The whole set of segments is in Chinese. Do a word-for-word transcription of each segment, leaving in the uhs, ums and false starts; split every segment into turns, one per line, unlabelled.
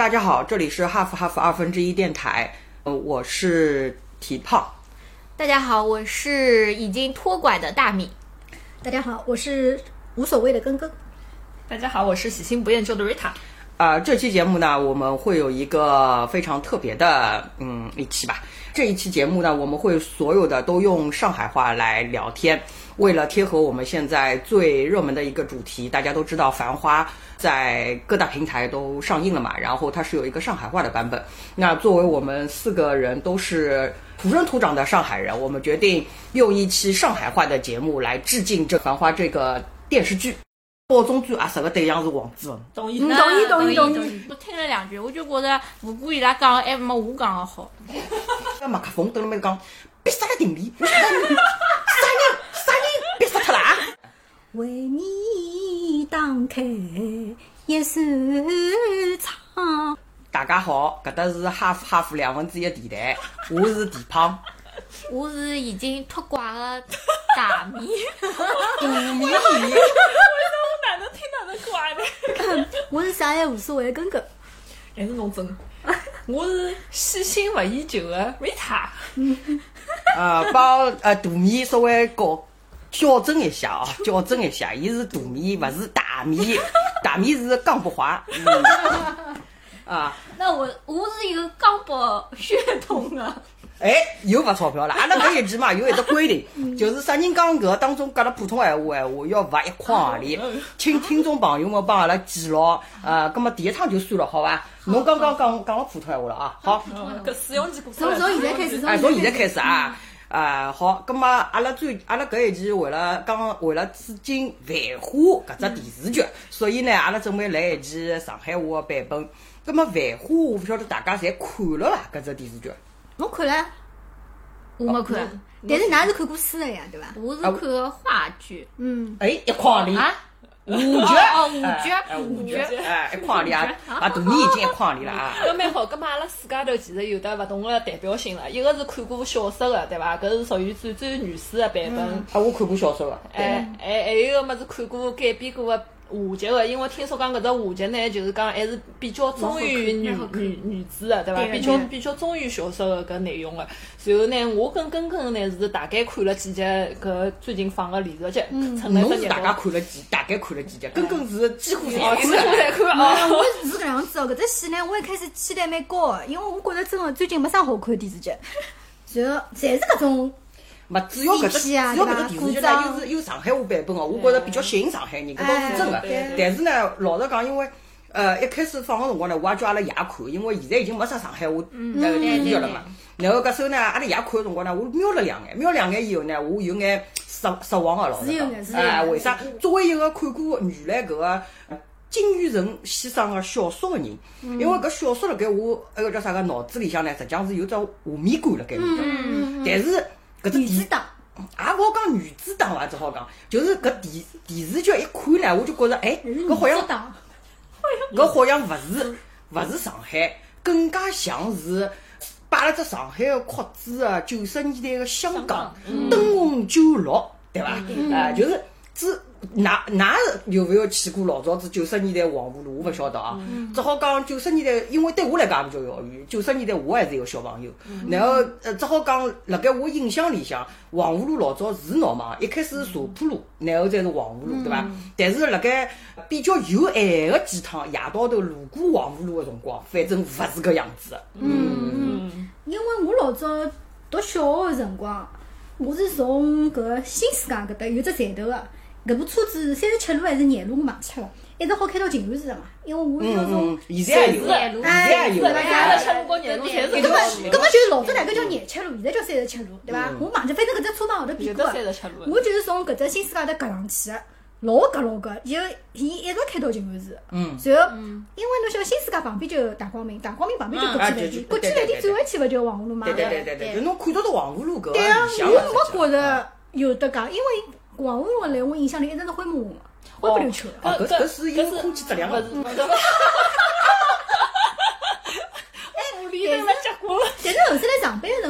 大家好，这里是哈弗哈弗二分之一电台，呃，我是体胖。
大家好，我是已经脱拐的大米。
大家好，我是无所谓的根根。
大家好，我是喜新不厌旧的瑞塔。
啊、呃，这期节目呢，我们会有一个非常特别的，嗯，一期吧。这一期节目呢，我们会所有的都用上海话来聊天，为了贴合我们现在最热门的一个主题。大家都知道《繁花》在各大平台都上映了嘛，然后它是有一个上海话的版本。那作为我们四个人都是土生土长的上海人，我们决定用一期上海话的节目来致敬这《繁花》这个电视剧。包中最合适的对象是王志文。
同意，
同意，同意，同意。
我听了两句，我就觉得如果伊拉讲还没我讲的好。
那麦克风等了没讲，别杀了定力，啥人啥人别杀他啦！
为你打开一扇窗。
大家好，搿搭是哈弗哈弗两分之一电台，我是地胖。
我是已经脱拐的大米。
大米。
哪能听哪能怪呢？
我是啥也无所谓的根根。
还是侬真。我是喜新不厌旧的瑞塔。
呃，帮呃大米稍微搞矫正一下啊，矫正一下，伊是大米，不是大米，大米是钢不滑。嗯、啊，
那我我是一个钢博血统啊。
哎，又罚钞票了！阿拉搿一期嘛有一只规定，就是啥人讲搿当中讲了普通闲话闲话要罚一块行钿，请听众朋友们帮阿拉记牢。呃，葛末第一趟就算了，好伐？侬刚刚讲讲了普通闲话了啊，好。
搿试用期过
从从现在开始，
哎，从现在开始啊，啊好，葛末阿拉最阿拉搿一期为了讲为了致敬《繁花》搿只电视剧，所以呢，阿拉准备来一期上海话的版本。葛末《繁花》我勿晓得大家侪看了伐？搿只电视剧。
我看了，
我没看，
但是㑚是看过书的呀，对伐？
我是看话剧。
嗯。
哎，一块钿。
啊。
五剧。
哦，五剧。
哎，五剧。哎，一块钿啊！啊，大米已经一块钿了啊。
搿蛮好，搿么阿拉四家头其实有得勿同的代表性了。一个是看过小说的，对伐？搿是属于最最原始的版本。啊，
我看过小说的。
哎，还还有一个么是看过改编过的。话剧的，因为听说讲搿只话剧呢，就是讲还是比较忠于原原原著的，对伐？比较比较忠于小说的搿内容的。然后呢，我跟根根呢是大概看了几集搿最近放的连续剧，趁
侬是大家看了几，大概看了几集，根根是几乎侪看
几乎侪看啊。
我是搿样子哦，搿只戏呢，我一开始期待蛮高的，因为我觉着真的最近没啥好看的电视剧，然后侪是搿种。
嘛，主要搿只主要搿个电视剧呢，又是有上海话版本哦，我觉着比较吸引上海人，搿倒是真的。但是呢，老实讲，因为呃一开始放个辰光呢，我也叫阿拉爷看，因为现在已经没啥上海话那个电视剧了嘛。然后搿时候呢，阿拉爷看个辰光呢，我瞄了两眼，瞄两眼以后呢，我有眼失失望个，老实讲。哎，为啥？作为一个看过原来搿个金宇澄先生个小说个人，因为搿小说辣盖我那个叫啥个脑子里向呢，实际上是有只画面感辣盖里头，但是。搿只电档，也勿好讲原子档伐，只好讲，就是搿电电视剧一看呢，我就觉着，哎，搿好像，搿好像勿是勿是上海，更加像是摆了只上海个壳子个九十年代个香港，灯红酒绿，对伐？啊，就是只。㑚㑚有没有去过老早子九十年代黄河路？我勿晓得啊，嗯、只好讲九十年代，因为对我来讲比较遥远。九十年代我还是一个小朋友，嗯、然后呃，只好讲辣盖我印象里向，黄河路老早是闹忙，一开始是茶坡路，然后再是黄河路，对伐？嗯、但是辣盖比较有爱个几趟夜到头路过黄河路个辰光，反正勿是搿样子。
嗯，嗯因为我老早读小学个辰光，我是从搿新世界搿搭有只站头个。搿部车子三十七路还是廿路我忘记了，一直好开到静安寺的嘛，因为我是那种
现在也有，现在也有，
三十七路跟廿路侪是。
搿么搿么就是老早大概叫廿七路，现在叫三十七路，对伐？我忘记，反正搿只车帮后头变过个。我就是从搿只新世界头夹上去的，老夹老夹，就伊一直开到静安寺。嗯。然后，因为侬晓得新世界旁边就大光明，大光明旁边就国际饭店，国际饭店转弯去勿就黄河路嘛？
对对对对对，侬看到到黄河路搿。
对啊，我没觉着有得讲，因为。黄河路来我印象里一直是灰蒙蒙的，灰不溜秋的。
哦，搿搿是因为空气质量个。
但是后头来上班个辰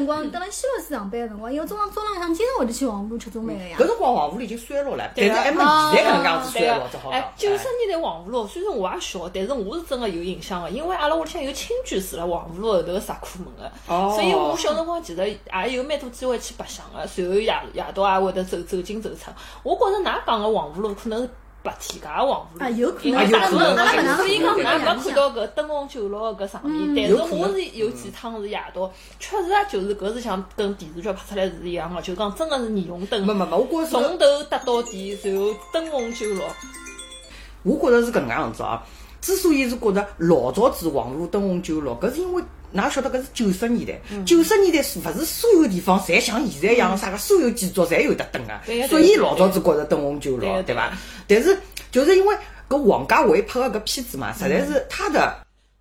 辰光等辣西路市上班个辰光，因为中浪中浪向经常会得去黄浦吃中饭个呀。
搿辰光黄浦路已经衰落了，但是还没现在搿能样子衰落，只好讲。
哎，九十年代黄浦路，虽然我也小，但是我是真个有印象个，因为阿拉屋里向有亲眷住辣黄浦路后头个石库门个，所以我小辰光其实也有蛮多机会去白相个，随后夜夜到也会得走走进走出。我觉着㑚讲个黄浦路可能是白天家个黄浦路，
啊，有可能，
有可能，
所以讲㑚没看到搿灯红酒绿搿场面，但是我是有几趟是夜到，确实啊，就是搿是像跟电视剧拍出来是一样个，就讲真个是霓虹灯，
没没没，我觉着
从头搭到底，然后灯红酒绿。
我觉着是搿能样子啊。之所以是觉着老早子黄路灯红酒绿，搿是因为㑚晓得搿是九十年代，九十年代勿是所有地方侪像现在一样，啥个所有建筑侪有得灯啊，所以老早子觉着灯红酒绿，对伐？但是就是因为搿王家卫拍个搿片子嘛，实在是他的。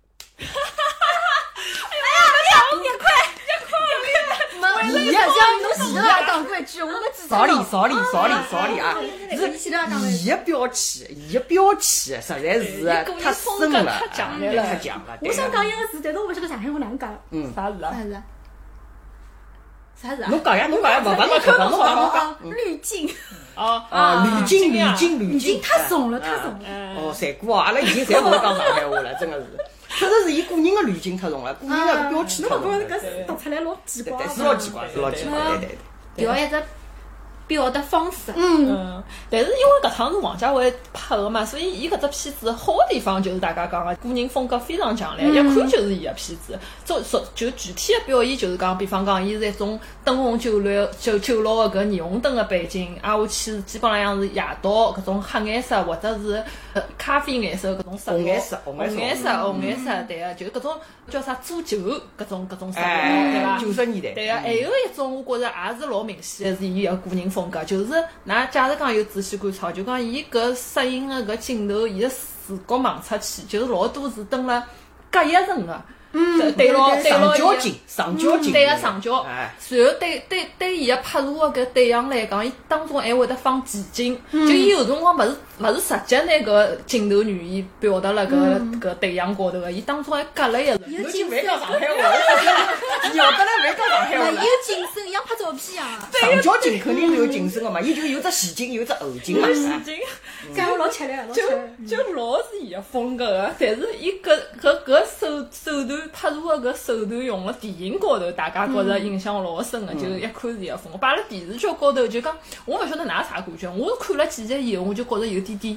伊个像侬前头也讲过一句，我们只
少理少理少理少理啊！是伊个标签，伊个标签实在是太深了，太强了，太强了。
我想讲一个字，但是我勿晓得上海话哪能讲。
嗯，
啥字啊？
啥字？啥字啊？
侬讲呀，侬讲呀，勿勿侬讲，侬讲，侬讲。
滤镜。
哦
啊，滤镜，滤镜，滤
镜。滤镜太怂了，太怂了。
哦，残酷啊！阿拉已经侪勿会讲上海话了，真个是。确实是伊个人个滤镜太重了，个人个标签太重了。
侬搿是读出来老奇怪。
是老奇怪，是老奇怪，对对对。
要一只表达方式。
嗯，但是因为搿趟是王家卫拍个嘛，所以伊搿只片子好个地方就是大家讲个个人风格非常强烈，一看就是伊个片子。就说就具体个表现就是讲，比方讲，伊是一种灯红酒绿、酒酒绿个搿霓虹灯个背景，挨下去基本上是夜到搿种黑颜色或者是呃咖啡颜色搿种色
红颜色，
红颜色，红颜色，对个，就搿种叫啥煮酒搿种搿种色
调，
对伐？
九十年代。
对个，还有一种我觉着也是老明显个，是伊个个人风格，就是㑚假如讲有仔细观察，就讲伊搿摄影个搿镜头，伊个视角望出去，就是老多是蹲辣隔一层个。
嗯，
对牢对牢
上交镜，上交镜，
对个上交，然后对对对伊个拍摄个搿对象来讲，伊当中还会得放前景，就伊有辰光勿是勿是直接拿搿镜头语言表达辣搿搿对象高头个，伊当中还隔了一层。
有景深，讲上海话，要得来勿讲上海话。
有景深，像拍照片啊。
上交镜肯定是有景深个嘛，伊就有只前景，有只后景嘛。
前景，
搿我老吃力，老吃力。
就就老是伊个风格个，但是伊搿搿搿手手段。拍摄个搿手段用了电影高头，大家觉着印象老深个，就一看是伊个风格。摆辣电视剧高头就讲，我勿晓得㑚啥感觉，我是看了几集以后，我就觉着有点点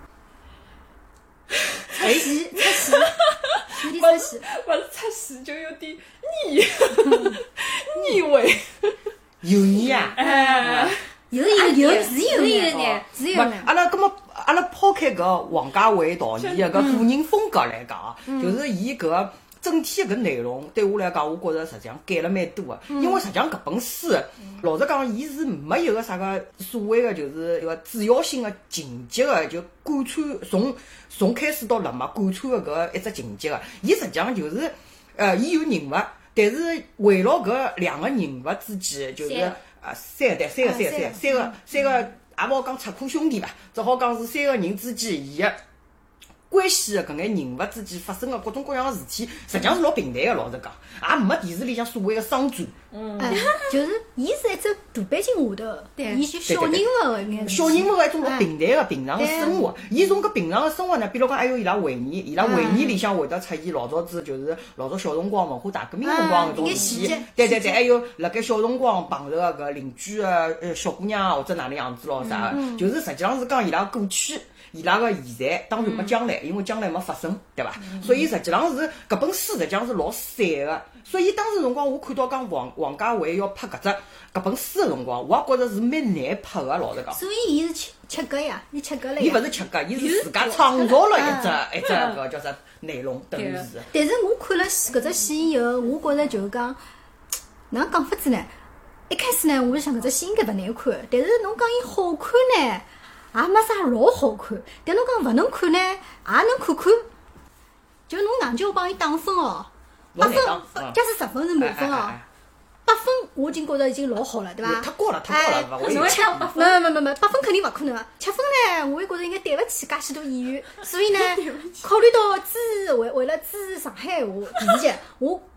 出戏，出戏，有点出戏，
勿是出戏，就有点腻腻味，
油腻啊！
哎，
有有有是有眼，是有眼。
阿拉搿么阿拉抛开搿王家卫导演个搿个人风格来讲，就是伊搿个整体搿内容对我来讲，我觉着实际上改了蛮多个。因为实际上搿本书，老实讲，伊是没有个啥个所谓个就是一个主要性个情节个，就贯穿从从开始到落末贯穿个搿一只情节个。伊实际上就是，呃，伊有人物，但是围绕搿两个人物之间，就是啊三对三个三三三个三个，也勿好讲插科兄弟伐，只好讲是三个人之间伊个关系的搿眼人物之间发生的各种各样的事体，实际上是老平淡的。老实讲，也没电视里向所谓的商转。
嗯，就是伊是一只大背景下头，伊是小人物的眼。
小人物的一种老平淡的平常的生活。伊从搿平常的生活呢，比如讲还有伊拉回忆，伊拉回忆里向会得出现老早子就是老早小辰光文化大革命辰光搿种事体。对对对，还有辣盖小辰光碰着个搿邻居的呃小姑娘或者哪能样子咯啥的，就是实际上是讲伊拉过去。伊拉个现在当然没将来，因为将来没发生，对伐？嗯、所以实际上是搿本书实际上是老散个。所以当时辰光我看到讲王王家卫要拍搿只搿本书个辰光，我也觉着是蛮难拍个，老实讲。
所以伊是切切割呀，伊切割了。
伊勿是切割，伊是自家创造了一只、嗯、一只搿叫啥内容，等于是。
但是我看了搿只戏以后，我觉着就是讲，哪能讲法子呢？一开始呢，我就想搿只戏应该勿难看，但是侬讲伊好看呢？也没啥老好看，但侬讲勿能看呢，也能看看。就侬硬叫我帮伊打分哦，八分，假使十分是满分哦，八分我已经觉着已经老好了，对伐？
太高了，太高了，勿会。
七八分，没没没没，八分肯定勿可能啊。七分呢，我也觉着应该对勿起介许多演员，所以呢，考虑到支持为为了支持上海话电视剧，我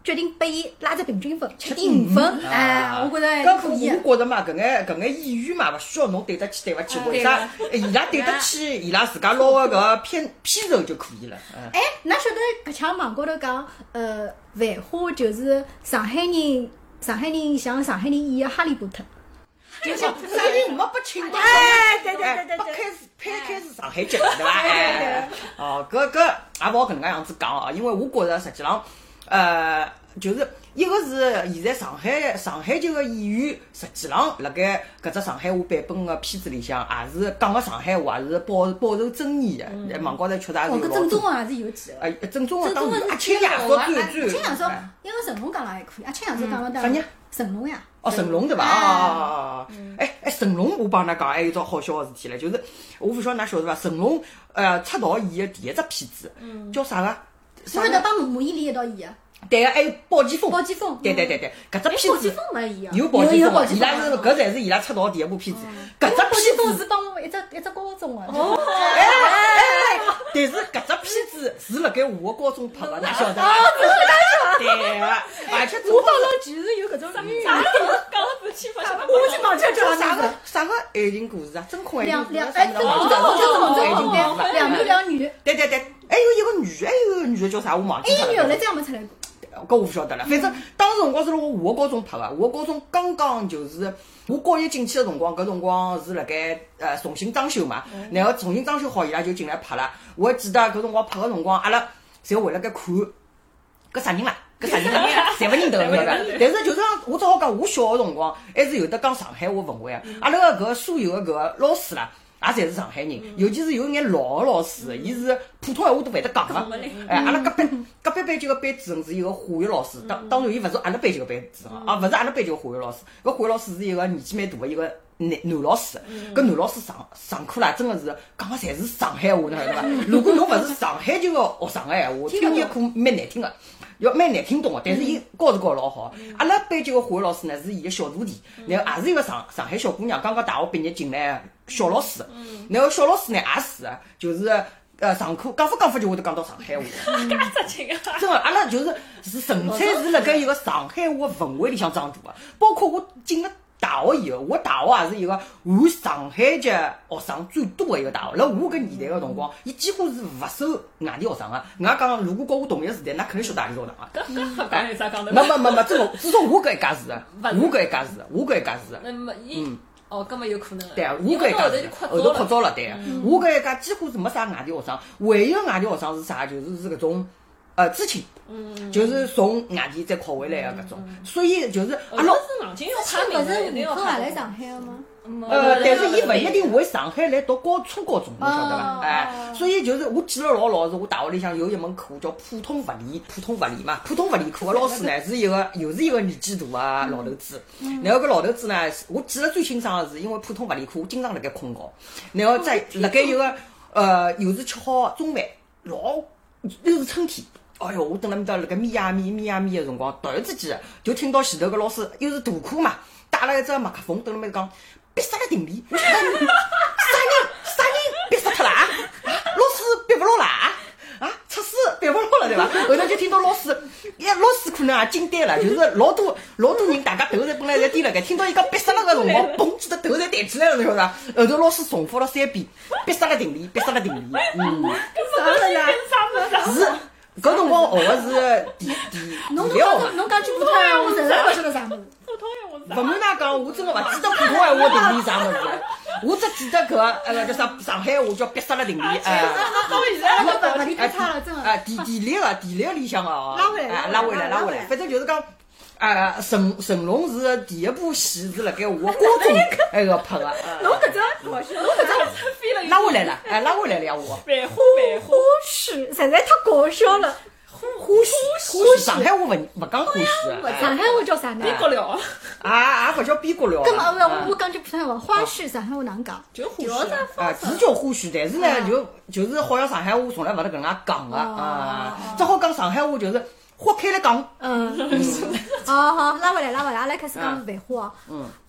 决定拨伊拉只平均分，七点五分。哎，我觉着还可以。
我觉着嘛，搿眼搿眼演员嘛，勿需要侬对得起对勿起，为啥？伊拉对得起伊拉自家捞个搿片片酬就可以了。
哎，㑚晓得搿腔网高头讲，呃，繁花就是上海人，上海人像上海人演个哈利波特。
就像啥人没拨请到，
哎，对对对对对，
不开始拍开始上海剧，对伐？哎，哦，搿搿也勿好搿能介样子讲哦，因为我觉着实际上，呃，就是一个是现在上海上海籍个演员，实际上辣盖搿只上海话版本个片子里向，也是讲个上海话，也是饱饱受争议个。网高头确实也是有。
哦，搿正宗个也是有几个。
哎，正宗个当然，阿青爷说最最。
阿青爷说，因为成龙讲了还可以，阿青爷说讲了当然。成龙呀。
哦，成龙对伐？啊，哎哎，成龙我帮㑚讲，还有一桩好笑个事体唻，就是我勿晓得㑚晓得伐？成龙呃出道演个第一只片子叫啥个？
我晓得帮马伊琍一道演个。
对个，还有宝剑锋。
宝剑锋。
对对对对，搿只片子。
宝剑锋没演
有宝剑锋，伊拉是搿才是伊拉出道第一部片子。搿只
宝剑锋是帮一只一只高中个。
哦。哎哎，但是搿只片子是辣盖我个高中拍个，㑚晓得伐？对个，而且
我当中其实有搿种啥
讲了仔细发现，
我去忘记叫
啥个啥个爱情故事啊？真空爱情故事。
两两哎，真空真空真空真空对，两男两女。
对对对，还有一个女，还有一个女的叫啥？我忘记
了。哎，女后来这样没出来过。
搿我勿晓得了，反正当时辰光是辣我高中拍个，我高中刚刚就是我高一进去个辰光，搿辰光是辣盖呃重新装修嘛，然后重新装修好，伊拉就进来拍了。我还记得搿辰光拍个辰光，阿拉侪围辣盖看，搿啥人啦？搿啥人啦？侪勿认得个，但是就是讲，我只好讲，我小个辰光还是有得讲上海话氛围个。阿拉个搿所有个搿老师啦。也侪是上海人，尤其是有眼老个老师，伊是普通闲话都会得讲个。哎，阿拉隔壁隔壁班级个班主任是一个化学老师，当当然伊勿是阿拉班级个班主任啊，勿是阿拉班级个化学老师。搿化学老师是一个年纪蛮大个一个男男老师。搿男老师上上课啦，真个是讲个侪是上海话，侬晓得伐？如果侬勿是上海籍个学生个闲话，听伊课蛮难听个。要蛮难听懂个，但是伊教是教老好。阿拉班级个化学老师呢是伊个小徒弟，然后也是一个上上海小姑娘，刚刚大学毕业进来小老师。然后小老师呢也是，就是呃上课讲法讲法就会得讲到上海话。
介直情啊！
真个，阿拉就是是纯粹是辣盖一个上海话氛围里向长大个，包括我进了大学以后，我大学也是一个含上海籍学生最多的一个大学。辣我搿年代个辰光，伊几乎是勿收外地学生个。人家讲，如果跟我同一个时代，那肯定晓得何里学
堂个。搿搿讲有啥讲头？
没没没没，真个，至少我搿一家是，我搿一家是，我搿一家是。
那么伊哦，搿么有可能。
对，我搿一家是后头扩招了，对。我搿一家几乎是没啥外地学生，唯一个外地学生是啥？就是是搿种。呃，知青，嗯，就是从外地再考回来个搿种，所以就是
阿拉是硬劲要
他名字，你不是来上海个吗？
呃，但是伊勿一定回上海来读高初高中，侬晓得伐？哎，所以就是我记了老老实，我大学里向有一门课叫普通物理，普通物理嘛，普通物理课个老师呢是一个又是一个年纪大个老头子，然后搿老头子呢，我记得最清爽个是，因为普通物理课我经常辣盖困觉，然后在辣盖一个呃又是吃好中饭，老又是春天。哎哟，我等辣面搭辣盖咪呀咪咪呀咪个辰光，突然之间就听到前头个老师又是大课嘛，带了一只麦克风，等辣面讲别杀了定理，我啥人啥人别杀脱了啊？老师别勿牢了啊？啊，测试别勿牢了对伐？后头就听到老师，呀，老师可能也惊呆了，就是老多老多人，大家头侪本来在低辣盖，听到伊讲别杀了个辰光，嘣，记得头侪抬起来了，侬晓得伐？后头老师重复了三遍，别杀了定理，别杀了定理，嗯，
啥物呀？
是。搿辰光学个是第第
侬
第六嘛。
侬讲句普通闲话，实在勿晓得啥物事。
普通闲话是啥？
勿瞒㑚讲，我真个勿记得普通闲话定理啥物事，我只记得搿呃叫啥上海话叫别杀了定理，哎。
到现在勿勿理解差了，真个。
哎，地地理个地理个里向个哦。
拉回来，
拉回来，拉回来，反正就是讲。啊，成成龙是第一部戏是辣盖我高中那个拍个。
侬搿只好笑，侬搿只
飞了。
拉回来了，哎，拉回来了呀我。
百花百花
絮，实在太搞笑了。
花絮，花絮，上海话勿勿讲花絮。
上海话叫啥呢？
边角料。
啊，也勿叫边角料。
根本我我讲句普通话，花絮上海话哪能讲？
就花絮。
啊，是叫花絮，但是呢，就就是好像上海话从来勿得搿能介讲个啊，只好讲上海话就是。豁开来讲，
嗯，好好拉回来，拉回来，阿拉开始讲繁花哦。嗯，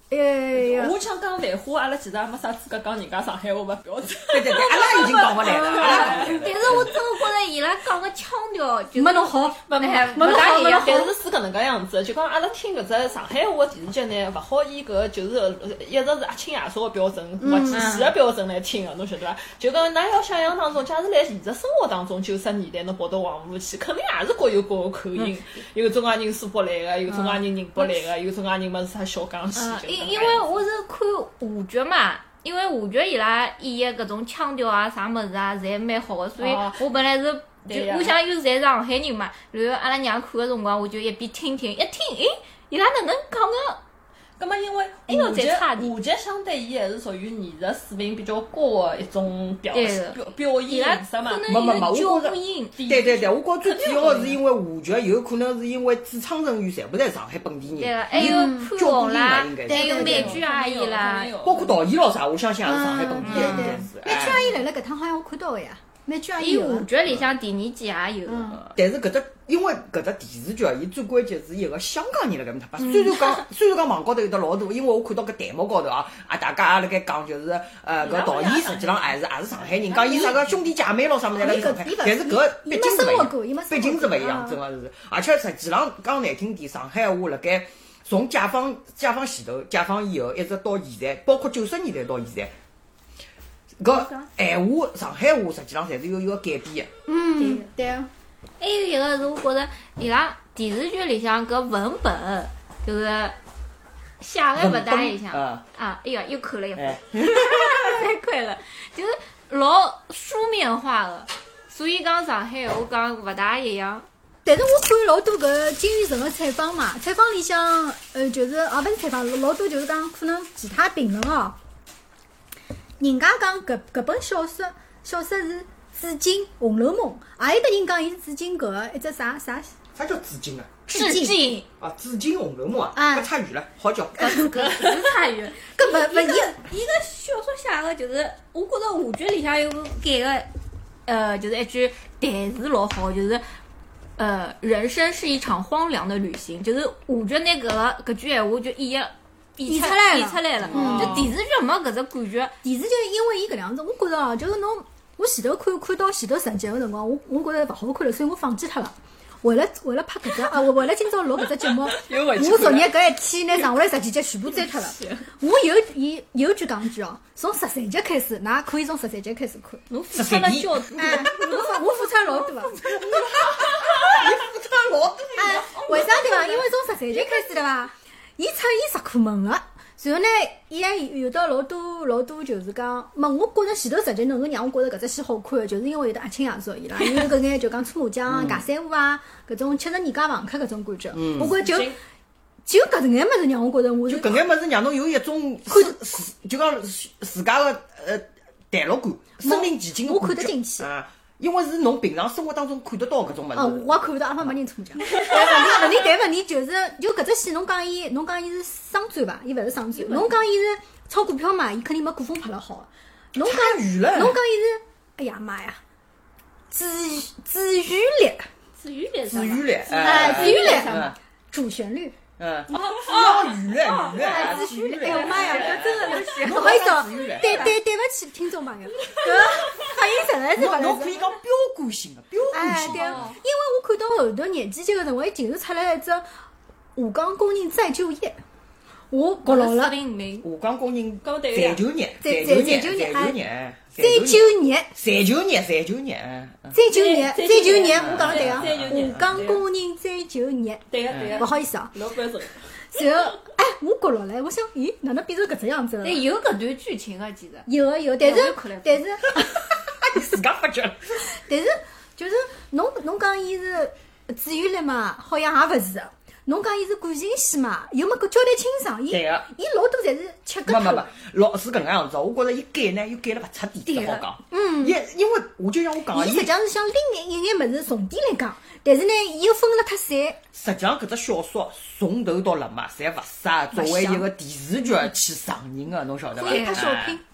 哎呀，
我想讲繁花，阿拉其实也没啥资格讲人家上海话勿标准。
对对对，阿拉已经讲勿来了，阿拉讲勿来了。
但是我真的觉着伊拉讲个腔调就
没侬好，
没没
没大一样。但是是搿能介样子，就讲阿拉听搿只上海话电视剧呢，勿好以搿就是一直是阿青爷说个标准，或几线个标准来听个，侬晓得伐？就讲㑚要想象当中，假如来现实生活当中，九十年代侬跑到黄浦去，肯定也是各有各个口音，有中央人苏北来个，有中央人宁波来个，有中央人么是啥小江西。
因因为我是看话剧嘛，因为话剧伊拉演个搿种腔调啊、啥物事啊，侪蛮好个，所以我本来是就我想又是在上海人嘛，然后阿拉娘看个辰光，我就一边听听，一听，诶，伊拉哪能讲个？
咁么因为话剧，话剧相对伊还是属于艺术水平比较高的一种表表表演形式嘛。
没没没，我觉着，对对对，我觉着最主要是因为话剧，有可能是因为主创人员全部侪上海本地人，
对个，还有潘虹啦，还有美剧阿姨啦，
包括导演咯啥，我相信也是上海本地人，应该是。
美剧阿姨来了搿趟好像我看到个呀。美剧阿姨
伊话剧里向第二季也有，
但是搿只因为搿只电视剧，伊最关键是一个香港人辣搿面搭拍。虽然讲虽然讲网高头有得老多，因为我看到搿弹幕高头啊，啊大家也辣盖讲，就是呃搿导演实际上还是还是上海人，讲伊啥个兄弟姐妹咯啥物事辣上海，但是搿毕竟是勿一样，毕竟是勿一样，真个是。而且实际上讲难听点，上海话辣盖从解放解放前头、解放以后，一直到现在，包括九十年代到现在。搿闲话，上海话实际上侪是有一个改变的。
嗯，对。
还有一个是我觉着伊拉电视剧里向搿文本就是写个勿大一样啊！哎呀，又看了一会，太快了，就是老书面化的，所以讲上海话讲勿大一样。
但是我看老多搿金宇澄个采访嘛，采访里向呃就是啊，勿是采访，老多就是讲可能其他评论哦。人家讲搿搿本小说，小说是致敬《红楼梦》，也有的人讲伊是致敬搿个一只啥啥。
啥叫致敬啊？
致敬
啊，致敬《红楼梦》啊，搿差远了，好叫。
搿搿是差远。搿勿勿伊伊个小说写个就是，我觉着话剧里向有改个，呃，就是一句台词老好，就是呃，人生是一场荒凉的旅行，就是话剧拿搿个搿句闲话就演个。演出来了，演出来了。就电视剧没搿只感觉，
电视剧因为伊搿样子，我觉着哦，就是侬我前头看看到前头十集个辰光，我我觉着勿好看了，所以我放弃脱了。为了为了拍搿只啊，为了今朝录搿只节目，我昨日搿一天拿上下来十几集全部追脱了。我有伊有句讲句哦，从十三集开始，㑚可以从十三集开始看。
侬付出了较多，
哎，我我付出老多。
你付出老多。
哎，为啥对伐？因为从十三集开始对伐？伊出伊十块门个，然后呢，伊还有得老多老多，就是讲，没我觉着前头十集能够让我觉着搿只戏好看，就是因为有得阿青爷说伊拉，因为搿眼就讲搓麻将、尬三胡啊，搿种七十年代房客搿种感觉，我觉着就就搿眼物事让我觉着我
就搿眼物事让侬有一种看就讲自家个呃代入感、身临其境的
我看得进去
啊。因为是侬平常生活当中看得到搿种物事。
哦，我也看不到，阿拉没人搓麻将。但问题，问题，但问题就是，就搿只戏，侬讲伊，侬讲伊是商转伐？伊勿是商转。侬讲伊是炒股票嘛？伊肯定没股份拍了好。侬讲，侬讲伊是，哎呀妈呀，自自愈力，
自愈力，
自愈力，
哎，自愈力，主旋律。
嗯，哦，娱乐娱乐，
自愈力，哎呦妈呀，搿真的是，不好意思哦，对对对勿起听众朋友，搿发音实在是勿来。
侬可以讲标杆性的，标杆性的。
哎，对，因为我看到后头廿几集个辰光，伊竟然出来一只下岗工人再就业，我觉牢了。
下岗工人再就业，再
就
业，再就业，
再就业，
再就业，再就业，
再就业，再就业，我讲了对个，下岗工人再就业，
对个对个，
勿好意思啊，
老标准。
然后，哎，我觉牢了，我想，咦，哪能变成搿只样子了？
但有搿段剧情个，其实
有个有，但是但是，
你自家发觉了。
但是就是侬侬讲伊是自愈力嘛，好像也勿是。侬讲伊是感情戏嘛，又没搿交代清爽，伊伊老多侪是切割脱。
没没没，老是搿能样子，我觉着伊改呢又改了勿彻底，只好讲。嗯。因因为我就像我讲，
伊实际上是想拎一眼物事重点来讲，但是呢，伊又分了太散。
实际上搿只小说从头到落嘛，侪勿适合作为一个电视剧去上映个，侬晓得伐？
可以拍小品。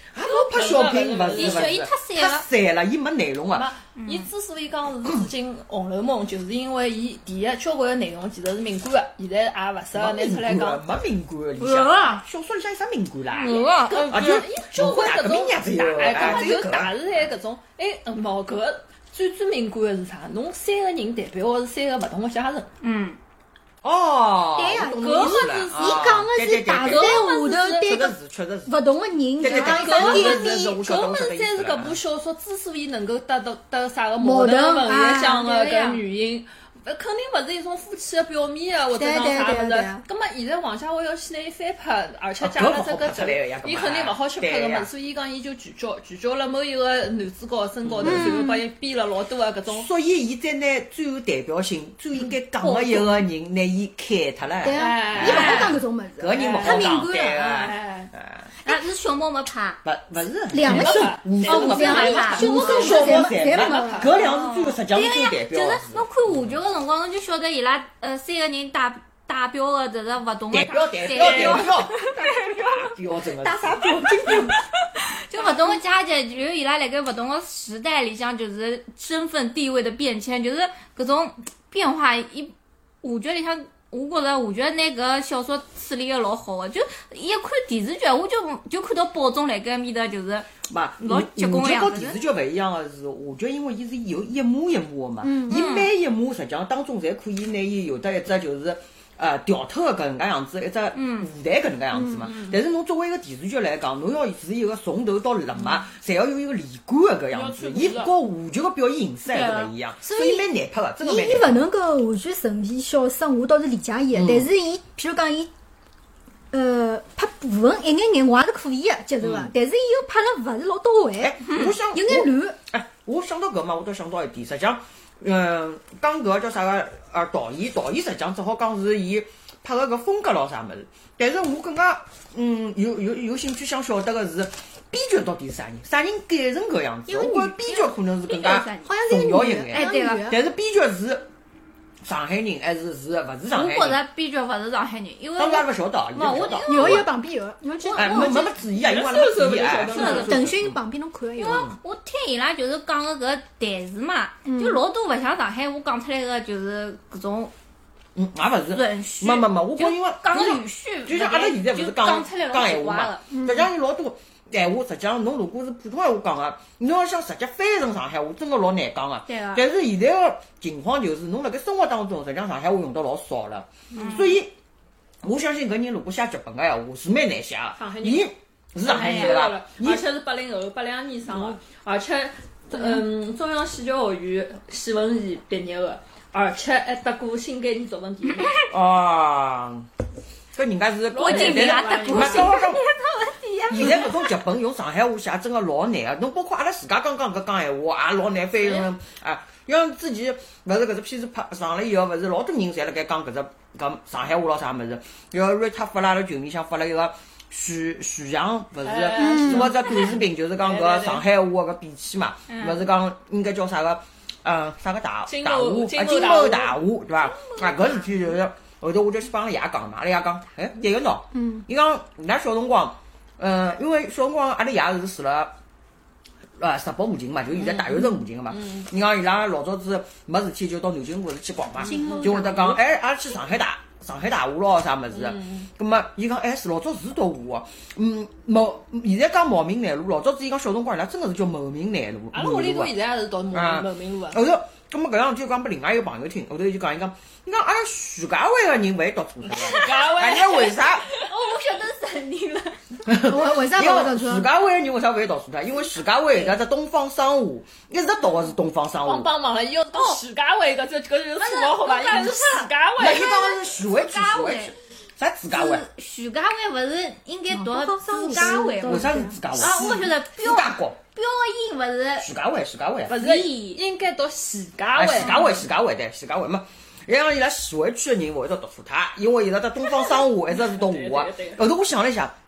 啊，我拍小品勿是勿是，
伊太
散了，伊没内容啊。
伊
之所以讲是致敬《红楼梦》，就是因为伊第一交关个内容其实是敏感个，现在也勿适合拿出来讲。
没敏感个里向，小说里向有啥敏感啦？
有啊，
啊就
交关搿种
哎，
搿么就大时代搿种，哎，冇搿最最敏感个是啥？侬三个人代表个是三个勿同个写人。
嗯。
哦，
对呀，
搿
个是伊讲个是大时代下头对个勿同个人，就讲
搿
点
么
点。
搿么才是搿部小说之所以能够得到得啥个矛盾文学奖个搿原因。肯定勿是一种夫妻的表面啊，或者讲啥物事。咁么现在王家卫要去拿伊翻拍，而且加了这个这个，伊肯定勿好去拍个物事，所以讲伊就聚焦聚焦了某一个男主角身高头，然后把伊编了老多个搿种。
所以伊再拿最有代表性、最应该讲个一个人，拿伊开脱了。
对啊，伊勿好讲搿种物事，
搿人勿好讲。哎，
啊，是小猫没拍，
勿勿是
两个是
五十没
拍，
小猫跟小猫侪没拍，搿两是最实际上最代表。
就是侬看话剧个辰光，侬就晓得伊拉呃三个人代代表个这个勿同个
代表代表代表标准个
打啥标准？
就勿同个阶级，就伊拉辣盖勿同个时代里向，就是身份地位的变迁，就是搿种变化，伊话剧里向。我觉着话剧拿搿小说处理个老好个，就一看电视剧，我就就看到宝总辣盖面搭就是老结棍个样子。
话剧和电视剧勿一样个是，话剧因为伊是有一幕一幕个嘛，伊每一幕实际上当中侪可以拿伊有得一只就是。呃，调脱个搿能介样子，一只舞台搿能介样子嘛。但是侬作为一个电视剧来讲，侬要是一个从头到落嘛，侪要有一个连贯个搿样子。伊和话剧个表现形式还是勿一样，所以蛮难拍个，真个蛮难。
伊勿能够完全承袭小说，我倒是理解伊个。但是伊，譬如讲伊，呃，拍部分一眼眼我也是可以个接受个，但是伊又拍了勿是老到位，
哎，我想
有眼乱。
哎，我想到搿嘛，我倒想到一点，实际上。嗯，讲搿个叫啥个？呃，导演，导演实际上只好讲是伊拍个搿风格咾啥物事。但是我更加嗯有有有兴趣想晓得个是编剧到底是啥人？啥人改成搿样子？我觉着编剧可能是更加重要一眼。
哎，对个。
但是编剧是上海人还是是勿是上海人？
我觉着编剧勿是上海人，因为
当然勿晓得，
冇我
有有旁边有，侬去
哎，没没没注意啊，因为没注意啊。
腾讯旁边侬看有。
因为我听伊拉就是讲个搿台词嘛，就老多勿像上海话讲出来个就是搿种。
嗯，也勿是。
顺序。
没没没，我讲因为
讲个语序，
就像阿拉现在勿是讲
讲出来
讲闲话嘛，实际上有老多。闲话实际上，侬如果是普通闲话讲个，侬要想直接翻成上海话，真个老难讲个。
对个。
但是现在个情况就是，侬辣盖生活当中，实际上上海话用到老少了。嗯。所以，我相信搿人如果写剧本个闲话是蛮难写个。
上海人。
伊是上海人对伐？
而且是八零后，八两年生个，而且嗯，中央戏剧学院戏文系毕业个，而且还得过新概念作文第一名。
哦。搿人家是
我今年也得过新概念作文第一名。
现在搿种剧本用上海话写真个老难个，侬包括阿拉自家刚刚搿讲闲话也老难翻成啊。像之前勿是搿只片子拍上了以后，勿是老多人侪辣盖讲搿只搿上海话咾啥物事。要瑞塔发了阿拉群里向发了一个徐徐阳，勿是做个只短视频，就是讲搿上海话搿比起嘛，勿是讲应该叫啥个嗯啥个大大话啊金某大话对伐？啊搿事体就是。后头我就去帮阿拉爷讲嘛，阿拉爷讲，哎，对个喏，嗯，伊讲伊拉小辰光，嗯，因为小辰光阿拉爷是住了，呃，石北附近嘛，就现在大悦城附近个嘛。你讲伊拉老早子没事体就到南京路去逛嘛，就会得讲，哎，阿拉去上海大上海大话咯啥物事。咁么伊讲，哎，是老早是读话，嗯，茂现在讲茂名南路，老早子伊讲小辰光伊拉真个是叫茂名南路。
阿拉屋里头现在也是读茂名路个。
后头，咁么搿样就讲拨另外一个朋友听，后头就讲伊讲。你讲阿拉徐家汇个人勿会读错的，
徐家汇，
人家为啥？
哦，我晓得是啥人了。
为为啥勿会读错？
徐家汇个人为啥勿会读错的？因为徐家汇搿只东方商务一直读个是东方商务。
帮帮忙了，伊要读徐家汇搿这搿就是错了好伐？伊是徐家汇。
伊讲个是徐汇区，徐汇区。啥自家汇？
徐家汇勿是应该读自家汇吗？
为啥是自家汇？
啊，我晓得标标个音勿是。
徐家汇，徐家汇。
勿是，应该读徐家汇。
徐家汇，徐家汇对，徐家汇嘛。伊讲伊拉徐汇区个人勿会得读错他，因为伊拉在东方商务一直是读华。后头我想了一下，哎，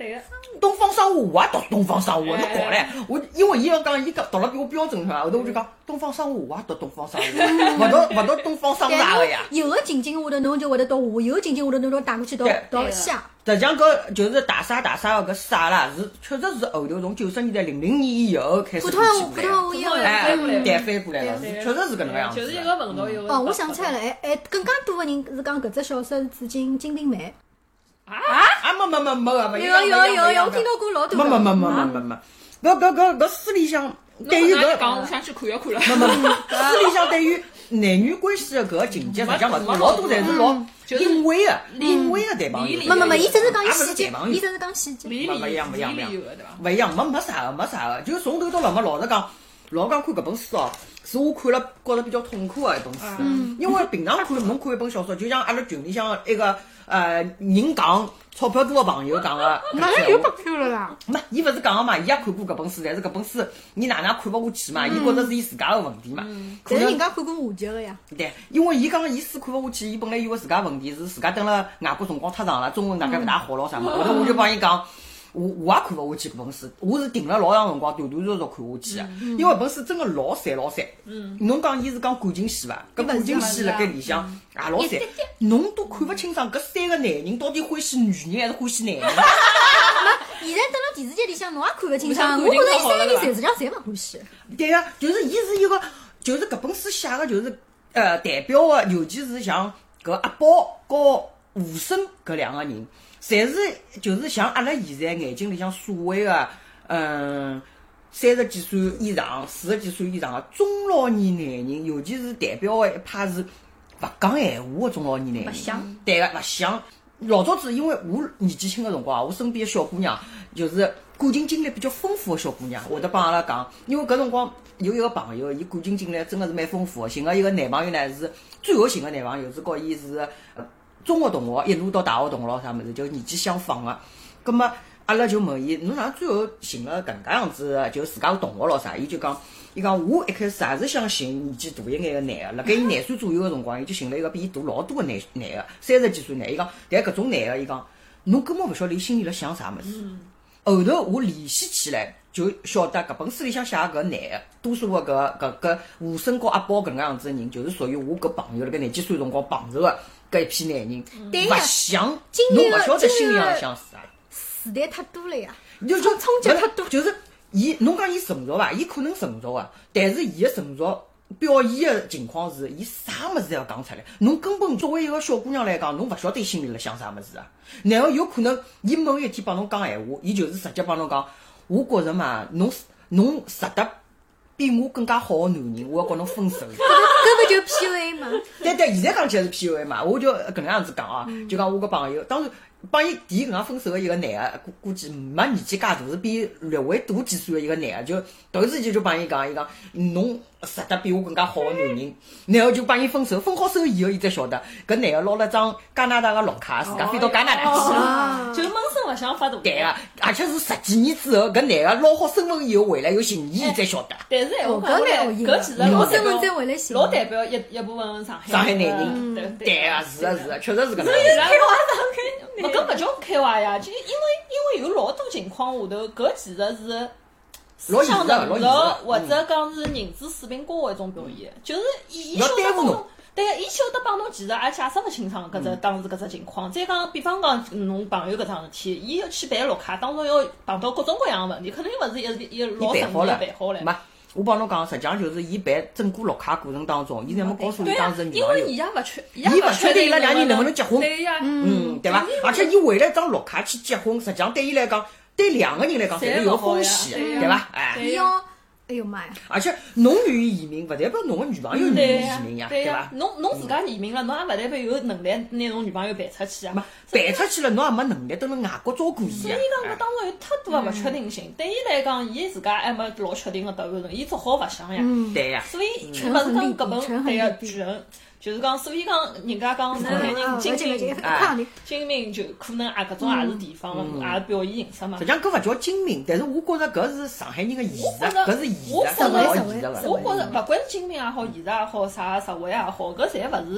对个。
东方商务我也读东方商务，侬搞唻，我因为伊要讲伊讲读了比我标准是伐？后头我就讲东方商务我也读东方商务，勿读勿读东方商大个呀。
有个情景下头侬就会得读下，有个情景下头侬就打过去读读下。
实际上搿就是大啥大啥个搿啥啦，是确实是后头从九十年代零零年以后开始
普通普通话
哎对翻过来了，确实是搿能个样子。
就是一个文道一个。
哦，我想起来了，还还更加多个人是讲搿只小说是致敬《金瓶梅》。
啊啊没没没没个，
有有有有，我听到过老多。
没没没没没没没，搿搿搿搿书里向对于搿
讲，我想去看一看了。
没没，书里向对于男女关系的搿个情节，实际上勿多，老多侪是老隐晦个，隐晦个对帮。
没没没，伊只是讲伊细节，伊只是讲细节。
勿勿一样勿一样勿一样，勿一样没没啥个没啥个，就从头到尾嘛，老实讲，老讲看搿本书哦，是我看了觉着比较痛苦个一本书，因为平常看侬看一本小说，就像阿拉群里向一个呃人讲。钞票多个朋友讲个，
哪能又不看了啦？
没，伊勿是讲个嘛，伊也看过搿本书，但是搿本书伊哪能也看勿下去嘛，伊觉着是伊自家个问题嘛。
但是人家看过下集个呀。
对，因为伊讲伊书看勿下去，伊本来有个自家问题是自家蹲辣外国辰光太长了，中文大概勿大好咯啥嘛。后头我就帮伊讲。我我也看勿下去搿本书，我是停了老长辰光，断断续续看下去个，嗯、因为搿本书真个老散老散。嗯，侬讲伊是讲感情戏伐？搿感情戏辣盖里向也老散，侬都看勿清爽搿三个男人到底欢喜女人还是欢喜男人。
现在蹲辣电视剧里向侬也看勿清爽，我觉着伊三个人实际上侪勿欢喜。
对个，就是伊是一个，就是搿本书写个就是呃代表个，尤其是像搿阿宝和吴声搿两个人。侪是就是像阿拉现在眼睛里向所谓个，嗯，三十几岁以上、四十几岁以上个中老年男人，尤其是代表个一派是勿讲闲话个中老年男人。
勿想。
对个，勿想。老早子因为我年纪轻个辰光，我身边个小姑娘就是感情经历比较丰富个小姑娘，会得帮阿拉讲，因为搿辰光有一个朋友，伊感情经历真个是蛮丰富个，寻个一个男朋友呢是最后寻个男朋友是告伊是。中学同学一路到大学同学咯，啥物事就年纪相仿个。葛末阿拉就问伊，侬哪最后寻了搿能介样子，就自家个同学咯啥？伊就讲，伊讲我一开始也是想寻年纪大一眼个男个，辣盖伊廿岁左右个辰光，伊就寻了一个比伊大老多个男男个，三十几岁男。伊讲，但搿种男个，伊讲侬根本勿晓得伊心里辣想啥物事。后头我联系起来，就晓得搿本书里向写搿男个，多数个搿搿搿吴声和阿宝搿能介样子个人，就是属于我搿朋友辣盖廿几岁辰光碰着个。搿一批男人，勿想，侬勿晓得心里向想啥。
时代太多了呀，
就就
冲击太多。
就是伊，侬讲伊成熟伐？伊可能成熟个，但是伊个成熟表现个情况是，伊啥物事侪要讲出来。侬根本作为一个小姑娘来讲，侬勿晓得伊心里辣想啥物事啊。然后有可能伊某一天帮侬讲闲话，伊就是直接帮侬讲，我觉着嘛，侬侬值得比我更加好个男人，我要跟侬分手。
搿勿就 P U A 嘛？
对对，现在讲起来是 P U A 嘛，我就搿能样子讲啊，就讲我个朋友，当然帮伊提搿样分手个一个男个，估估计没年纪介大，是比略微大几岁个一个男个，就突然之间就帮伊讲，伊讲侬值得比我更加好个男人，然后就帮伊分手，分好手以后，伊才晓得搿男个拿了张加拿大个绿卡，自家飞到加拿大去了，
就闷声勿响发大财。
对个，而且是十几年之后，搿男个拿好身份以后回来有寻伊，才晓得。
但是闲话讲回来，搿其实老
身份再回来寻，
老代表一一部分上海
上海男人，对对啊，是个是个，确实是搿能。
所以开挖上海，勿搿勿叫开挖呀，就因为因为有老多情况下头，搿其实是。思想能力或者讲是认知水平高的一种表现，就是伊伊晓得帮侬，对个，伊晓得帮侬其实也解释勿清爽搿只当时搿只情况。再讲，比方讲侬朋友搿桩事体，伊要去办绿卡，当中要碰到各种各样的问题，肯定勿是一一老顺利办好了。
没，我帮侬讲，实际上就是伊办整个绿卡过程当中，伊侪没告诉伊当时
女朋友，因为伊也勿确，伊
勿确定伊拉两人能不能结婚，
对呀，
嗯，对伐？而且伊为了张绿卡去结婚，实际上对伊来讲。对两个人来讲，侪是有风险的，对伐？哎，
伊要，哎哟妈呀！
而且侬愿意移民，勿代表侬个女朋友愿意移民呀，对伐？
侬侬自家移民了，侬也勿代表有能力拿侬女朋友办出去啊。
办出去了，侬也没能力蹲辣外国照顾伊啊。
所以讲，搿当中有太多个勿确定性。对伊来讲，伊自家还没老确定个答案，伊只好勿想呀。
对呀。
所以勿是讲搿本对个巨人。就是讲，所以讲，人家讲上海人精明，啊，精明就可能啊，搿种也是地方个，也是表现形式嘛。
实际上，搿勿叫精明，但是我觉着搿是上海人个艺术，搿是艺术，搿是老艺术个。
我觉着，勿管是精明也好，艺术也好，啥实惠也好，搿侪勿是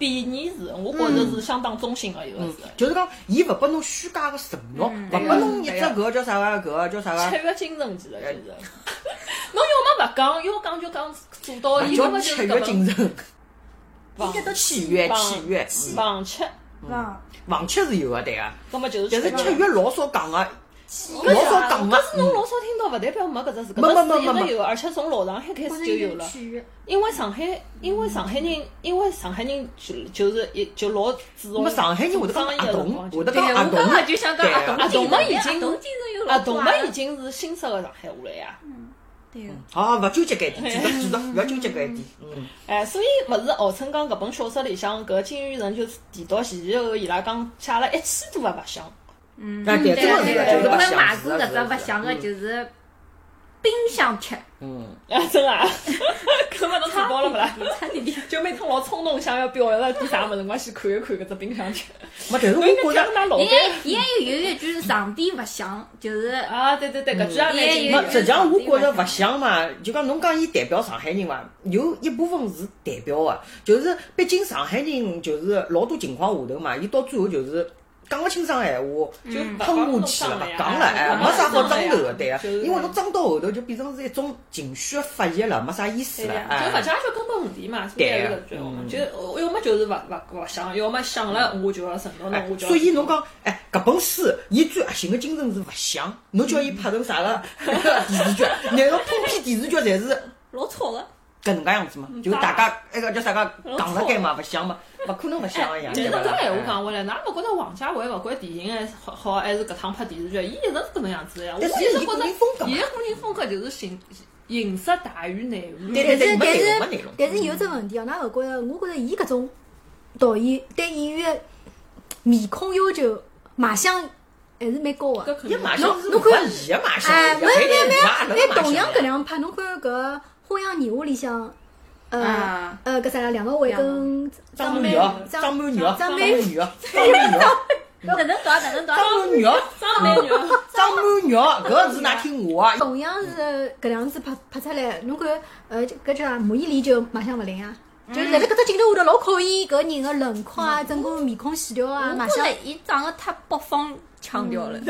贬义词，我觉着是相当中性个一个词。
就是讲，伊勿拨侬虚假个承诺，勿拨侬一只搿叫啥个，搿叫啥个？
契约精神其实就是。侬要么勿讲，要讲就讲做到，伊
叫契约精神。
应该都
契约，契约，
房契，
房
房契是有个对个。
那么就是，
但是契约老少讲个，老少讲个。
但是侬老少听到，勿代表没搿只字，搿只字一直有，而且从老上海开始就有了。因为上海，因为上海人，因为上海人就就是一就老注重。
那么上海人会得讲阿童，会得
讲
阿童，
我就想讲阿童，
阿童嘛已经，阿
童
嘛已经是新式个上海话了呀。
对个。
好，勿纠结搿点，记得记得，勿要纠结搿一点。嗯。
哎，所以勿是号称讲搿本小说里向搿金鱼人就是提到前前后后伊拉讲写了一千多个勿详。
嗯，
对对对对，
我们买过搿只勿详个，就是冰箱吃。
嗯，
啊，真啊，搿么侬看到了勿啦？就每趟老冲动想要表达点啥物事，我先看一看搿只冰箱吃。
没，但是我觉着，
伊伊还有有一句是上帝勿详，就是
啊，对对对，搿句也蛮经典。
实际上我觉着勿详嘛，就讲侬讲伊代表上海人嘛，有一部分是代表个，就是毕竟上海人就是老多情况下头嘛，伊到最后就是。讲勿清爽闲话，就吞下去了，勿讲了，哎，没啥好争头个，对个，因为侬争到后头就变成是一种情绪个发泄了，没啥意思了，
就勿解决根本问题嘛，所以是搿句话嘛，就要么就是勿勿勿想，要么想了我就要承诺，那我就。
所以侬讲，哎，搿本书伊最核心个精神是勿想，侬叫伊拍成啥个电视剧，难道通篇电视剧侪是
老吵个？
搿能介样子嘛？就大家那个叫啥个讲了该嘛，勿想嘛，勿可能勿想个样。
其实搿闲话讲回来，㑚勿觉着王家卫勿管电影还好好，还是搿趟拍电视剧，伊一直是搿能样子个呀。我一直觉着伊个个人风格就是形形式大于内容。
对对对，
但是
但是
但是有只问题哦，㑚勿觉着？我觉着伊搿种导演对演员面孔要求卖相还是蛮高个。
伊卖相是勿伊个卖相，
哎，没没没，但同样搿两拍，侬看搿。《花样年华》里向，呃呃，搿啥梁朝伟跟
张曼玉、张曼玉、张曼玉、张
曼玉，哪能读？哪能读？
张曼玉、
张曼玉、
张曼玉，搿字㑚听我啊。
同样是搿样子拍拍出来，侬看，呃，搿叫啥？马伊琍就卖相勿灵啊，就是辣辣搿只镜头下头老考验搿人个轮廓啊，整个面孔线条啊，卖相。
伊长得太北方腔调了。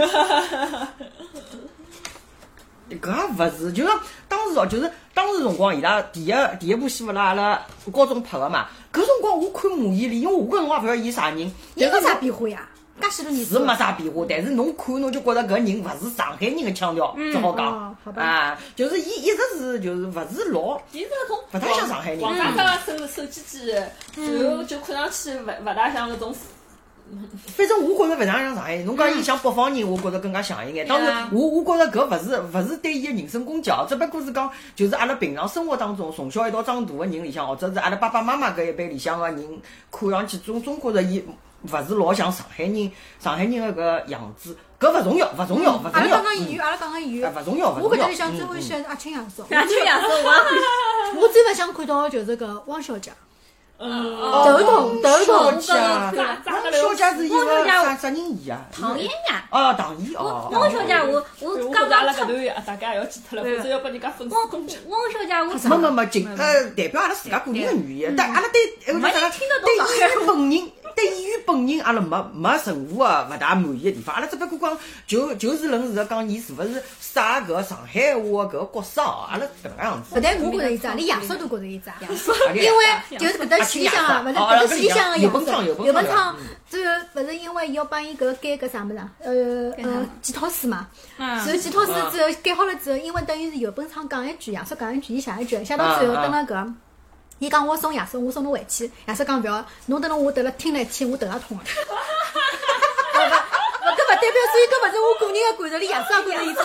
搿也勿是，就讲当时哦，就是当时辰光，伊拉第一第一部戏勿拉阿拉高中拍个嘛。搿辰光我看马伊琍，因为我搿辰光勿晓得伊啥人，
伊没啥变化呀，介许多年
是没啥变化，但是侬看侬就觉着搿人勿是上海人个腔调，只好讲啊，就是伊一直是就是勿是老，
伊是搿种
勿大像上海人，
黄沙沙手手机机，然后就看上去勿勿大像搿种。
反正我觉着勿像像上海人，侬讲伊像北方人，我觉着更加像一眼。当然，我我觉着搿勿是勿是对伊个人身攻击，只不过是讲，就是阿拉平常生活当中从小一道长大个人里向，或者是阿拉爸爸妈妈搿一辈里向个人，看上去总总觉着伊勿是老像上海人，上海人个搿样子。搿勿重要，勿重要，勿重要。
阿拉讲讲演员，阿拉讲讲演员，
勿重要，勿重要。
我搿里向最欢喜阿青亚叔，
阿青亚叔，
我我最勿想看到就是搿汪小姐。
嗯，
头痛，头痛，
汪小姐是一个啥啥人演啊？
唐嫣呀。
哦，唐嫣哦。
汪小姐，我我刚刚
阿拉搿段大家也要记脱了，否则要拨人家粉丝攻击。
汪小姐，我
没没没，仅呃代表阿拉自家个人个语言，但阿拉对
没人听得懂
对演员本人。对演员本人，阿拉没没任何个勿大满意个地方，阿拉只不过讲就就是论事实讲，伊是勿是适合搿个上海话搿个角色哦，阿拉搿能样子。
勿但我觉着伊渣，连亚瑟都觉着伊渣，因为就是搿搭戏里向啊，勿是搿搭戏里向个亚瑟，有本昌，最后勿是因为伊要帮伊搿改搿啥物事啊？呃呃，检讨书嘛。然后检讨书之后改好了之后，因为等于是有本昌讲一句，亚瑟讲一句，伊写一句，写到最后等了搿。伊讲我送亚瑟，我送侬回去。亚瑟讲勿要，侬等了我得了听了一天，我头也痛了。勿勿，搿勿代表，所以搿勿是我个人个感受，连亚瑟也觉着伊吵。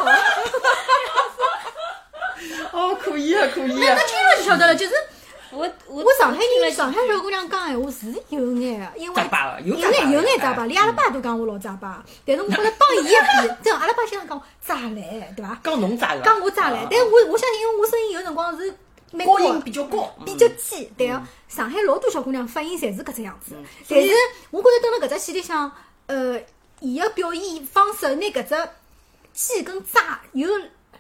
哦，可以啊，可以啊。
那听了就晓得了，就是
我我
我上海人，上海小姑娘讲闲话是有眼个，因为
有
眼有眼渣巴，连阿拉爸都讲我老渣巴。但是我觉着帮伊一比，这阿拉爸经常讲渣来，对伐？
讲侬渣个。
讲我渣来，但是我我相信，因为我声音有辰光是。
高音比较高，
比较尖，对个。上海老多小姑娘发音侪是搿只样子，但是我觉着蹲辣搿只戏里向，呃，伊个表演方式拿搿只尖跟渣有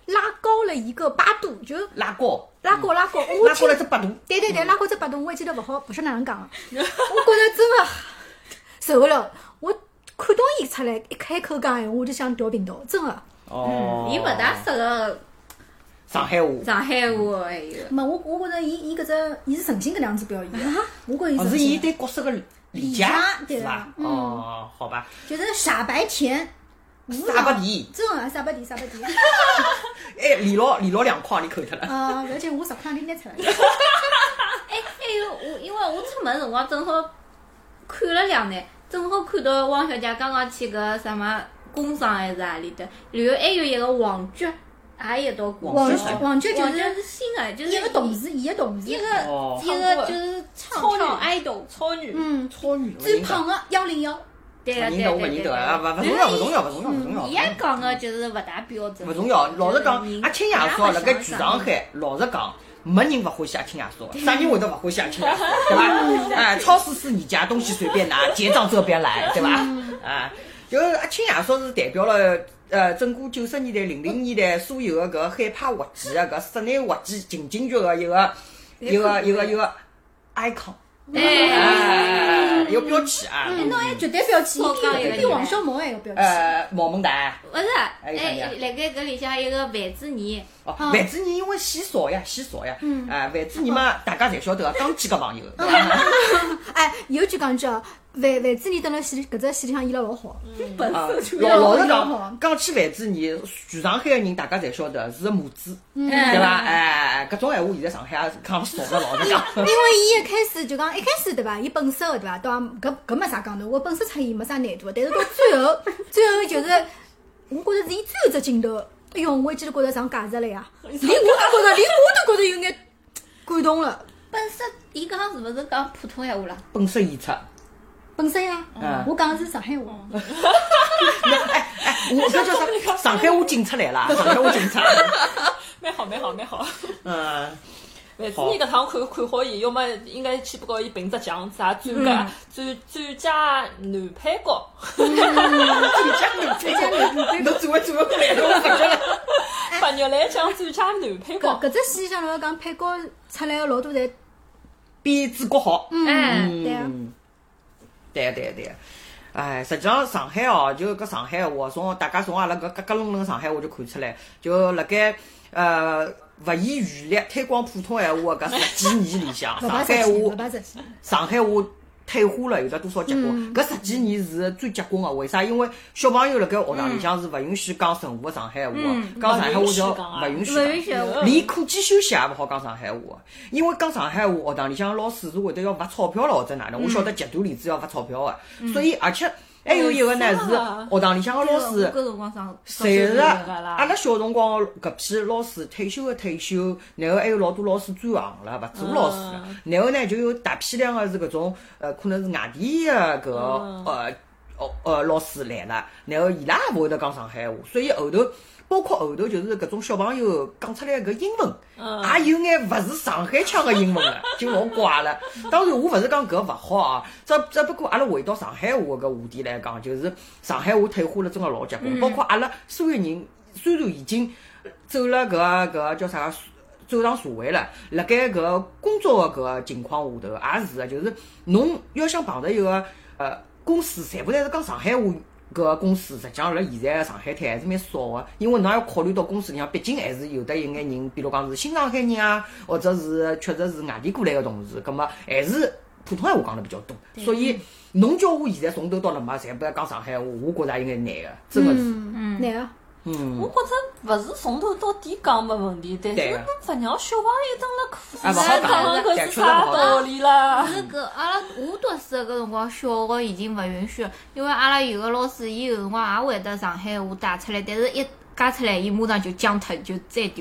拉高了一个八度，就
拉高，
拉高拉高，
拉高了只八度。
对对对，拉高只八度，我也记得勿好，勿晓得哪能讲。我觉着真的受不了，我看到伊出来一开口讲闲话，我就想调频道，真的。
哦，
伊勿大适合
上海话。
上海话还有。
没，我我觉着伊伊搿只伊是诚心搿能样子表演的，我觉着伊
是伊对角色个理解，
对
吧？哦，好吧。
就是傻白甜。
傻白甜，
真的傻白甜，傻白甜。
哎，连牢连牢两块，你看脱了。
啊，而且我十块钿拿出来。
哎哎呦，我因为我出门辰光正好看了两眼，正好看到汪小姐刚刚去个什么工商还是哪里的，然后还有一个王爵，也一道过。
王爵，王爵
就是新的，就是
一个同事，伊个同事，
一个一个就是超跳 idol
超女，
嗯，
超女，
最胖的幺零幺。
对个对
对对对，啊，勿勿重要，勿重要，勿重要，勿重要。
伊也讲个就是勿大标准。
勿重要，老实讲，阿青爷嫂辣盖全上海，老实讲，没人勿欢喜阿青爷嫂，啥人会得勿欢喜阿青爷嫂，对伐？哎，超市是你家，东西随便拿，结账这边来，对伐？啊，就阿青爷嫂是代表了呃整个九十年代、零零年代所有个搿海派滑稽个搿室内滑稽情景剧个一个一个一个一个 icon。哎，有标签啊！
哎，侬还绝对标签，比比王小毛还有标签。
呃，毛门蛋。
勿是，哎，辣盖搿里向一个范志毅。
哦，范志毅因为戏少呀，戏少呀。嗯。哎，范志毅嘛，大家侪晓得，刚几个朋友。
哎，有句讲句哦，范范志毅蹲辣戏里搿只戏里向演了老好。
本
色老老实讲，讲起范志毅，全上海个人大家侪晓得是个母子，对伐？哎，搿种闲话现在上海也讲少了，老实讲。
因为伊一开始就讲一开始对伐？伊本色个对伐？倒搿搿没啥讲头，我本色出演没啥难度，但是到最后，最后就是我觉着是伊最后只镜头，哎哟，我一记头觉着上价值了呀！连我都觉着，连我都觉着有眼感动了。
本色，伊刚刚是勿是讲普通闲话啦？
本色演出。
本色呀，我讲的是上海话。
哎哎，我搿叫啥？上海话进出来了，上海话进出。
蛮好，蛮好，蛮好。
嗯。
范志毅搿趟看看好伊，要么应该去拨伊评只奖，啥最佳最最佳男配角。
最佳男配角，侬转回转回过来，侬勿觉得？
白玉兰奖最佳男配角。
搿只戏像侬讲配角出来个老多侪
比主角好。
嗯，对啊。
对对对，哎，实际上上海哦，就搿上海话，从大家从阿拉搿格格愣愣上海话就看出来，就辣盖呃勿遗余力推广普通闲话搿十几年里向，上海话上海话退化了有得多少结棍？搿十几年是最结棍个，为啥？因为小朋友辣盖学堂里向是勿允许讲任何上海话，讲上海话叫勿允许，连课间休息也勿好讲上海话，因为讲上海话学堂里向老师是会得要罚钞票了或者哪能，我晓得极端例子要罚钞票个，所以而且。还有一个呢是学堂里向个老师，侪是阿拉小辰光搿批老师退休个退休，然后还有老多老师转行了，勿做老师了，然后呢就有大批量个是搿种呃可能是外地个搿个呃哦呃老师来了，然后伊拉也勿会得讲上海话，所以后头。包括后头就是搿种小朋友讲出来搿英文，也有眼勿是上海腔个英文了，就老怪了。当然，我勿是讲搿勿好啊，只只不过阿拉回到上海话搿话题来讲，就是上海话退化了，真个老结棍。包括阿拉所有人，虽然已经走了搿搿叫啥走上社会了，辣盖搿工作个搿情况下头，也是个，就是侬要想碰着一个呃公司，全部侪是讲上海话。搿个公司实际上辣现在上海滩还是蛮少个，因为侬要考虑到公司里向，毕竟还是有得一眼人，比如讲是新上海人啊，或者是确实是外地过来个同事，葛末还是普通闲话讲得比较多。所以侬叫我现在从头到尾侪不要讲上海话，我觉着有眼难个，真个是。
嗯，难个。
嗯，
我觉着勿是从头到底讲没问题，但是侬勿让小朋友蹲辣课
堂上
讲，搿是啥道理啦？
是搿阿拉我读书搿辰光，小学已经勿允许，因为阿拉有个老师，伊有辰光也会得上海话带出来，但是一加出来，伊马上就讲脱，就再调。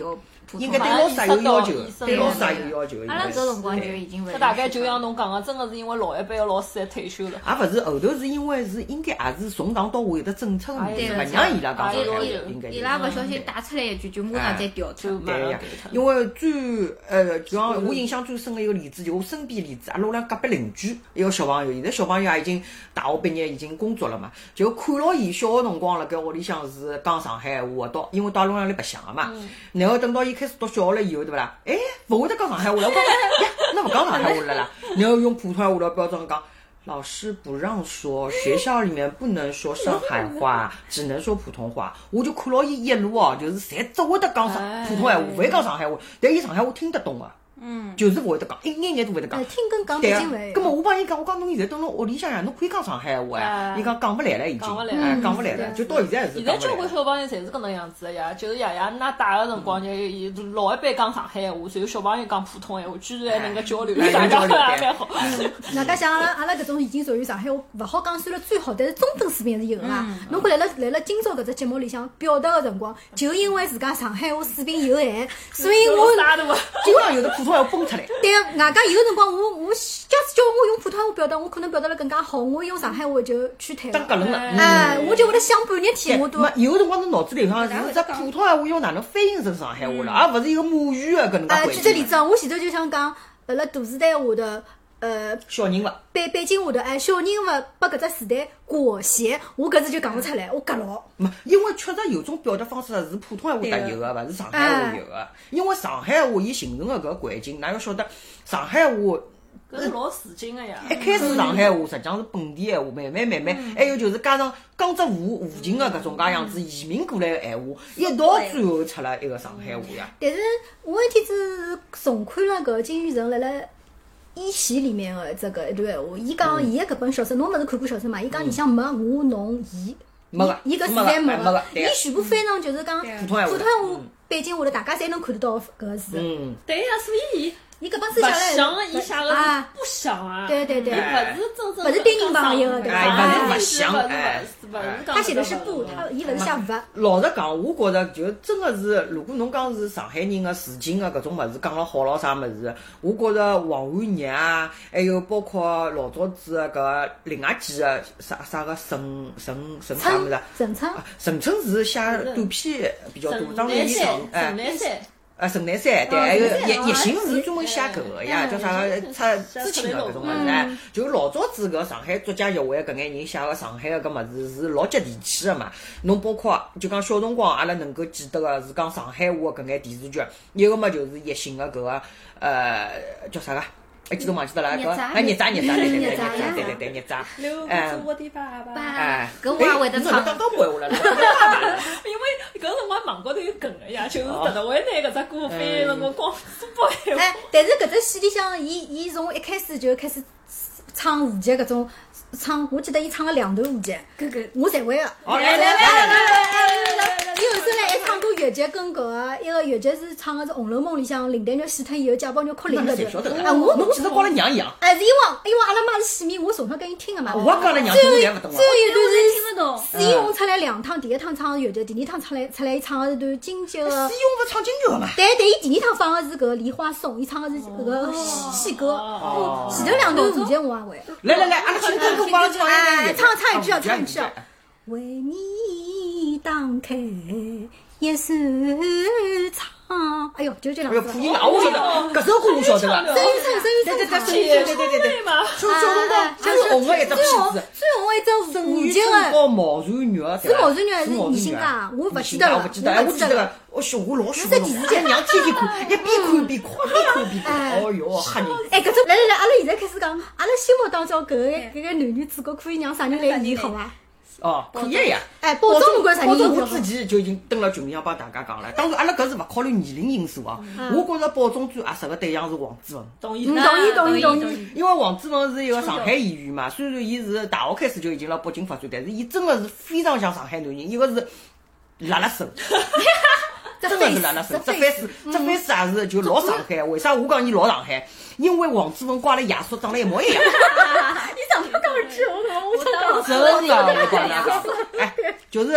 应该对老师有要求，对老师也有要求。
阿拉搿辰光就已经勿。
搿大概就像侬讲个，真个是因为老一辈个老师侪退休了。
也勿是后头是因为是应该也是从上到下有得政策个问题，勿让伊拉讲上海话，应该。
伊拉勿小心打出来一句，就马上再调出。
对呀，因为最呃，就像我印象最深个一个例子，就我身边例子，阿拉屋里隔壁邻居一个小朋友，现在小朋友也已经大学毕业，已经工作了嘛，就看牢伊小个辰光辣盖屋里向是讲上海话，到因为到弄堂里白相个嘛，然后等到伊开始读小学了以后，对勿啦？哎，勿会得讲上海话了，我讲呀，那勿讲上海话了啦，然后用普通话来标准讲。老师不让说，学校里面不能说上海话，只能说普通话。我就看牢伊一路哦，就是侪只会得讲上普通话，勿会讲上海话，但伊上海话听得懂啊。嗯，就是勿会得讲，一眼眼都勿会得讲。
听跟讲不进来。
咁么我帮伊讲，我讲侬现在等侬屋里向呀，侬可以讲上海话呀。伊讲讲勿来了已经，哎，讲勿来了，就到现在还是。
现在交关小朋友侪是搿能样子个呀，就是爷爷㑚大个辰光就老一辈讲上海话，然后小朋友讲普通闲话，居然还能够交流，大家也蛮好。
那搿像阿拉阿拉搿种已经属于上海话，勿好讲算了最好，但是中等水平是有个啦。侬看来了来了今朝搿只节目里向表达个辰光，就因为自家上海话水平有限，所以我
经常有的普通话蹦出来。
对，外加有辰光我我假使叫我用普通话表达，我可能表达得更加好，我用上海话就去退了。
当格人了，
哎，我就会得想半日天，我都。
有辰光侬脑子里向是只普通话用哪能翻译成上海话了，而勿是一个母语的搿能介
环境。举个例子啊，我前头就想讲，辣辣大时代下头，呃，
小人物
背背景下头，哎，小人物把搿只时代裹挟，我搿次就讲勿出来，我夹牢。
没，因为确实有种表达方式是普通话特有个，勿是上海话有个。因为上海话伊形成个搿环境，㑚要晓得上海话。
搿是老市井个呀！
一开始上海话实际上是本地闲话，慢慢慢慢，还有就是加上江浙沪沪境个搿种介样子移民过来个闲话，一道最后出了一个上海话呀。
但是我一天子重看了搿金宇澄辣辣《一席》里面个这个一段闲话，伊讲伊个搿本小说，侬勿是看过小说嘛？伊讲里向没我侬伊，
没个，
伊搿时代没
个，
伊全部翻成就是讲
普通话，
普通话背景下头大家侪能看得到搿个字。
嗯，对呀，所以伊。
伊搿本书下来，
不像伊写个是不像啊，
对对对，
勿是真正
勿是单人旁一个对
吧？
勿
像，哎，
他写的是不，他伊勿是写勿。
老实讲，我觉着就真个是，如果侬讲是上海人个市井个搿种物事讲了好咯啥物事，我觉着王汉日啊，还有包括老早子个搿另外几个啥啥个陈陈陈啥物事，
陈春，
陈春是写短篇比较多，张瑞义
哎。
啊，沈南山对，还有叶叶行是专门写搿个呀，叫啥个出知青个搿种物事哎，就老早子搿上海作家协会搿眼人写个上海个搿物事是老接地气个嘛。侬包括就讲小辰光阿拉能够记得个是讲上海话搿眼电视剧，一个嘛就是叶行个搿个呃叫啥个？一记都忘记得了，搿哎孽债孽债对对对对对对孽债，
哎，我的爸爸，
哎，
搿我也会得唱，
讲讲不会话了，
因为搿辰光网高头有梗个呀，就是特特会拿搿只歌翻译成个广东话。
哎，但是搿只戏里向，伊伊从一开始就开始唱胡杰搿种唱，我记得伊唱了两段胡杰，搿个我侪会个。
来来来来
来来，伊后头来还唱过岳杰跟搿个一个岳杰是唱个是《红楼梦》里向林黛玉死脱以后贾宝玉哭灵搿段。哎，我
侬记得光了娘一样。
哎，是因为因为阿拉妈是戏迷，我从小跟伊听个嘛。
我讲了娘听我也勿懂啊。
最后一段是
听不懂。
史英红出来两趟，第一趟唱个岳杰，第二趟出来出来伊唱个是段京剧个。史英
红勿唱京剧个嘛？
对对，伊第二趟放个是搿个《梨花颂》，伊唱个是搿个戏歌。前头两段胡杰我也会。
来来来，阿拉请跟跟帮唱
哎，唱唱一句啊，唱一句啊。为你荡开一扇窗。哎呦，就这两个。
哎呦，普音啊，我晓得，搿首歌我晓得
个。声音唱，声音唱，
对对对对对对对。小小辰光最红个一只片子，
最红个一只胡杰个。
哦，毛传玉啊，
是毛传玉还是宜兴家？我勿记得了，
我记得，我记得个。我小我老喜欢侬，这娘天天看，一边看边哭，边看边哭。哦哟，吓人！
哎，搿种来来来，阿拉现在开始讲，阿拉心目当中搿个搿个男女主角可以让啥人来演好伐？
哦，可以呀！
哎，包装管啥人演好？
我之前就已经登了群里向帮大家讲了。当然，阿拉搿是勿考虑年龄因素啊。我觉着包装最合适个对象是王志文。
同意，
同意，同意，同意。
因为王志文是一个上海演员嘛，虽然伊是大学开始就已经辣北京发展，但是伊真个是非常像上海男人，一个是辣辣手。真的是辣辣手，这番子，这番子也是就老上海。为啥我讲伊老上海？因为王志文挂了亚叔长得一模一样。
你长得刚是我我
真的，我跟你讲，哎，就是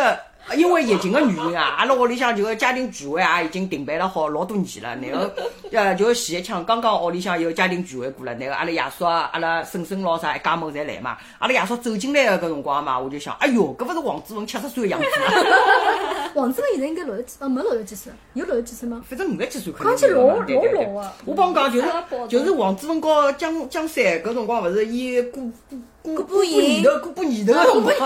因为疫情个原因啊，阿拉屋里向就家庭聚会啊，已经停办了好老多年了。那个呃，就前一枪刚刚屋里向有家庭聚会过了，那个阿拉爷叔啊、阿拉婶婶咾啥一家门侪来嘛。阿拉爷叔走进来个搿辰光嘛，我就想，哎哟，搿勿是王志文七十岁个样子吗？
王志文现在应该六十几，呃，没六十几岁，有六十几岁吗？
反正五十几岁可
能。讲起老老老个。
我帮讲就是就是王志文和江江山搿辰光勿是伊过过过过年头过过年头个辰光。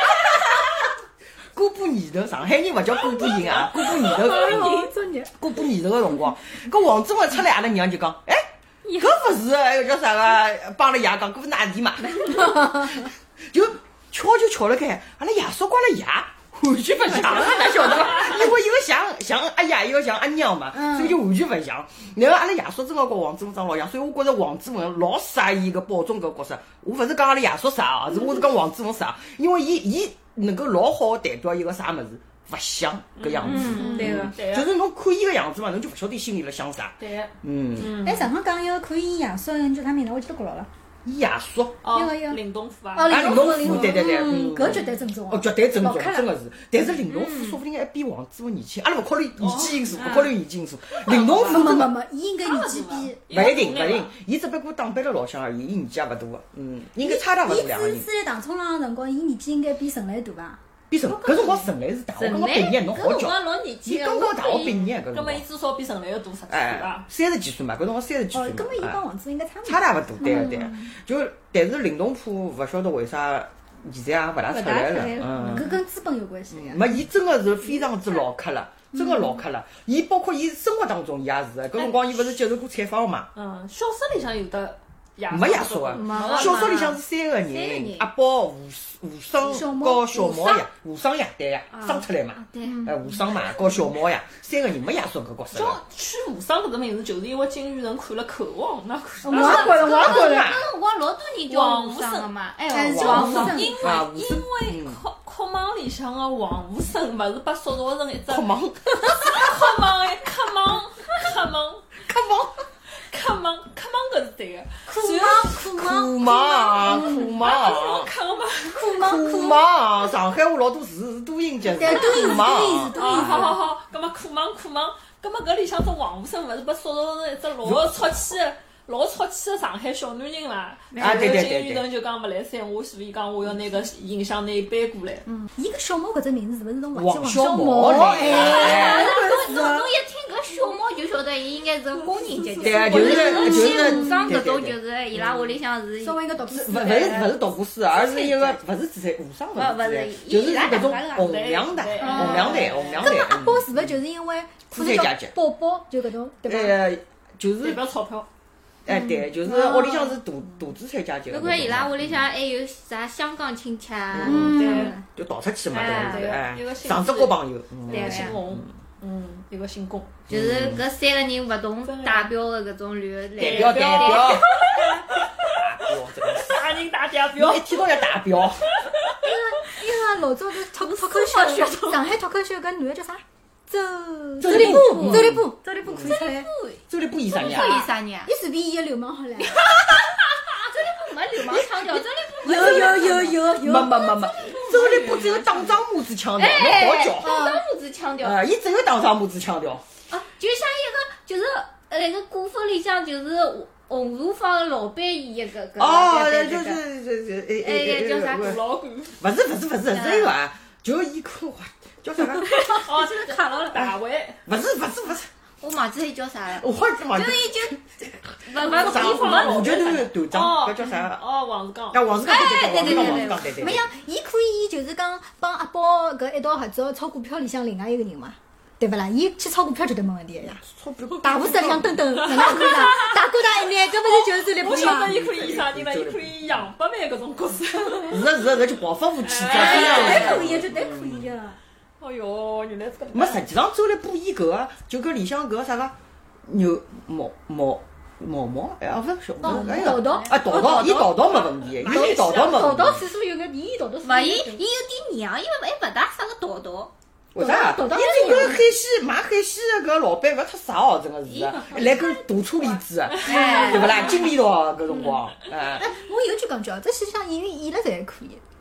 过过年头，上海人勿叫过过年啊，过过年头，过过年头个辰光，搿王志文出来，阿拉娘就讲，哎，搿勿是哎个叫啥个？帮阿拉爷讲，搿勿是哪地嘛？就巧就巧了开，阿拉爷叔光了爷。完全勿像，哪晓得伐？因为一个像像阿爷，一个像阿娘嘛，所以就完全勿像。然后阿拉爷叔真个跟王志文长老像，所以我觉着王志文老适合伊个保中搿角色。我勿是讲阿拉爷叔啥啊，是我是讲王志文啥，因为伊伊能够老好代表一个啥物事，勿像搿样子。
嗯，对个，对
个。就是侬看伊个样子嘛，侬就勿晓得心里辣想啥。
对个。
嗯。
哎，上趟讲一个看伊爷叔，叫啥名字？我记得过了了。
伊爷叔，
哦，林东富啊，
哦，林
东
富，
对对对，
嗯，搿绝对正宗
哦，绝对正宗，真个是。但是林东富说不定还比王志文年轻，阿拉勿考虑年纪因素，勿考虑年纪因素。林东富，
没没没，伊应该年纪比，
勿一定，勿一定，伊只不过打扮了老像而已，伊年纪也勿大个，嗯，应该差大勿多两个人。
伊之前打冲浪个辰光，伊年纪应该比陈雷大伐？
比陈，搿辰光陈雷是大学刚刚毕业，侬好叫，伊刚刚大学毕业，搿辰光。
搿么伊至少比陈雷要大十几岁伐？
三十几岁嘛，搿辰光三十几岁嘛。
哦，搿么伊帮王志文应该差
差大勿多，对个对个。就但是林东普勿晓得为啥现在也勿大出来了，嗯。
搿跟资本有关系呀。
没，伊真个是非常之老客了，真个老客了。伊包括伊生活当中，伊也是个。搿辰光伊勿是接受过采访嘛？
嗯，小说里向有的。
没爷叔个，小说里向是三个人，阿宝、吴吴生和小毛呀，吴生呀，对呀，生出来嘛，呃，吴生嘛，和小毛呀，三个人没爷叔搿角色。
叫取吴生搿个名字，就是因为金鱼人看了口望那
看。我也觉着，我也觉着。
搿辰光老多人叫
王
吴生个嘛，哎，
王
生，
因为因为课课网里向个王吴生，勿是被塑造成一只
课网，
课网哎，课网，课网，
课网。
课网，课网搿是对个。
苦网，
苦网，苦网，
苦网，
苦网。上海话老多字是多音节，
对，多音，多音，
多音。好好好，葛末苦网，苦网，葛末搿里向只王武生勿是被塑造成一只老糙气个、老糙气个上海小男人啦。
啊，对对对对。
金宇澄就讲勿来三，我所以讲我要拿搿影响拿伊背过来。
嗯，伊个小毛搿只名字是勿是从
王
小
毛来？
哎，侬侬侬一听搿小毛就晓得伊应该是工人阶级。
对啊，就是就是
吴生搿种，就是伊拉屋里向是
稍微一个读书，
勿勿是勿是读过书，而是一个勿是资产吴生勿是，就是搿种红粮蛋、红粮蛋、红粮蛋。
搿么阿宝是勿是就是因为
资产阶级？
宝宝就搿种对伐？
呃，就是
代表钞票。
哎，对，就是屋里向是大大资产阶级。
侬看伊拉屋里向还有啥香港亲戚啊？
对，
就逃出去嘛，对
哎，
上只交朋友，
一个姓洪，嗯，一个姓龚，
就是搿三个人勿同代表的搿种流
代表代表。
啥人打代表？
一天到夜达标。
伊个伊个老早是脱脱口秀，上海脱口秀搿男的叫啥？周
周立波，
周立波，周立波可以出来。
周立波伊啥人
啊？伊啥人啊？
伊随便伊个流氓好唻。周
立波没流氓腔调，周立波
有有有有有。
没没没没，周立波只有党长母子腔调，侬好叫。
党长母子腔调。
啊，伊只有党长母子腔调。
啊，就像一个就是那个古风里向就是红厨房的老板一个个。
哦，就是就是诶诶
诶，叫啥？
老干。
勿是勿是勿是，这个啊，就伊看哇。叫啥个？
哦，这个卡劳大卫。
不是不是不是，
我忘记他叫啥了。
我好像忘记。
就是伊就，
勿勿啥？五角头团长，搿叫啥？
哦，王志刚。
啊，王志刚对对对，王志刚对对。
没有，伊可以就是讲帮阿宝搿一道合作炒股票里向另外一个人嘛，对勿啦？伊去炒股票绝对没问题个呀。
炒股票。
大户室里向登登，哪能可以啦？大哥大一面，搿勿是就是周立波
吗？我晓得伊可以演啥人了，伊可以杨百万搿种角色。
是啊是啊，搿就暴发户气质。
绝对可以，绝对可以个。
哎哟，原来是搿。
没，实际上周立波伊搿个就搿里向搿个啥个牛毛毛毛毛，哎呀，勿是小毛，哎呀，
道道，
啊道道，伊道道没问题，伊道道没问题。
道道岁数有眼，伊道道。
勿，伊伊有点娘，因为还勿大啥个道道。
为啥？伊这个海鲜卖海鲜个搿老板勿忒傻哦，真个是，来根大车厘子，对勿啦？金利道搿辰光，哎。
哎，我有句讲句哦，这实际上演员演了侪还可以。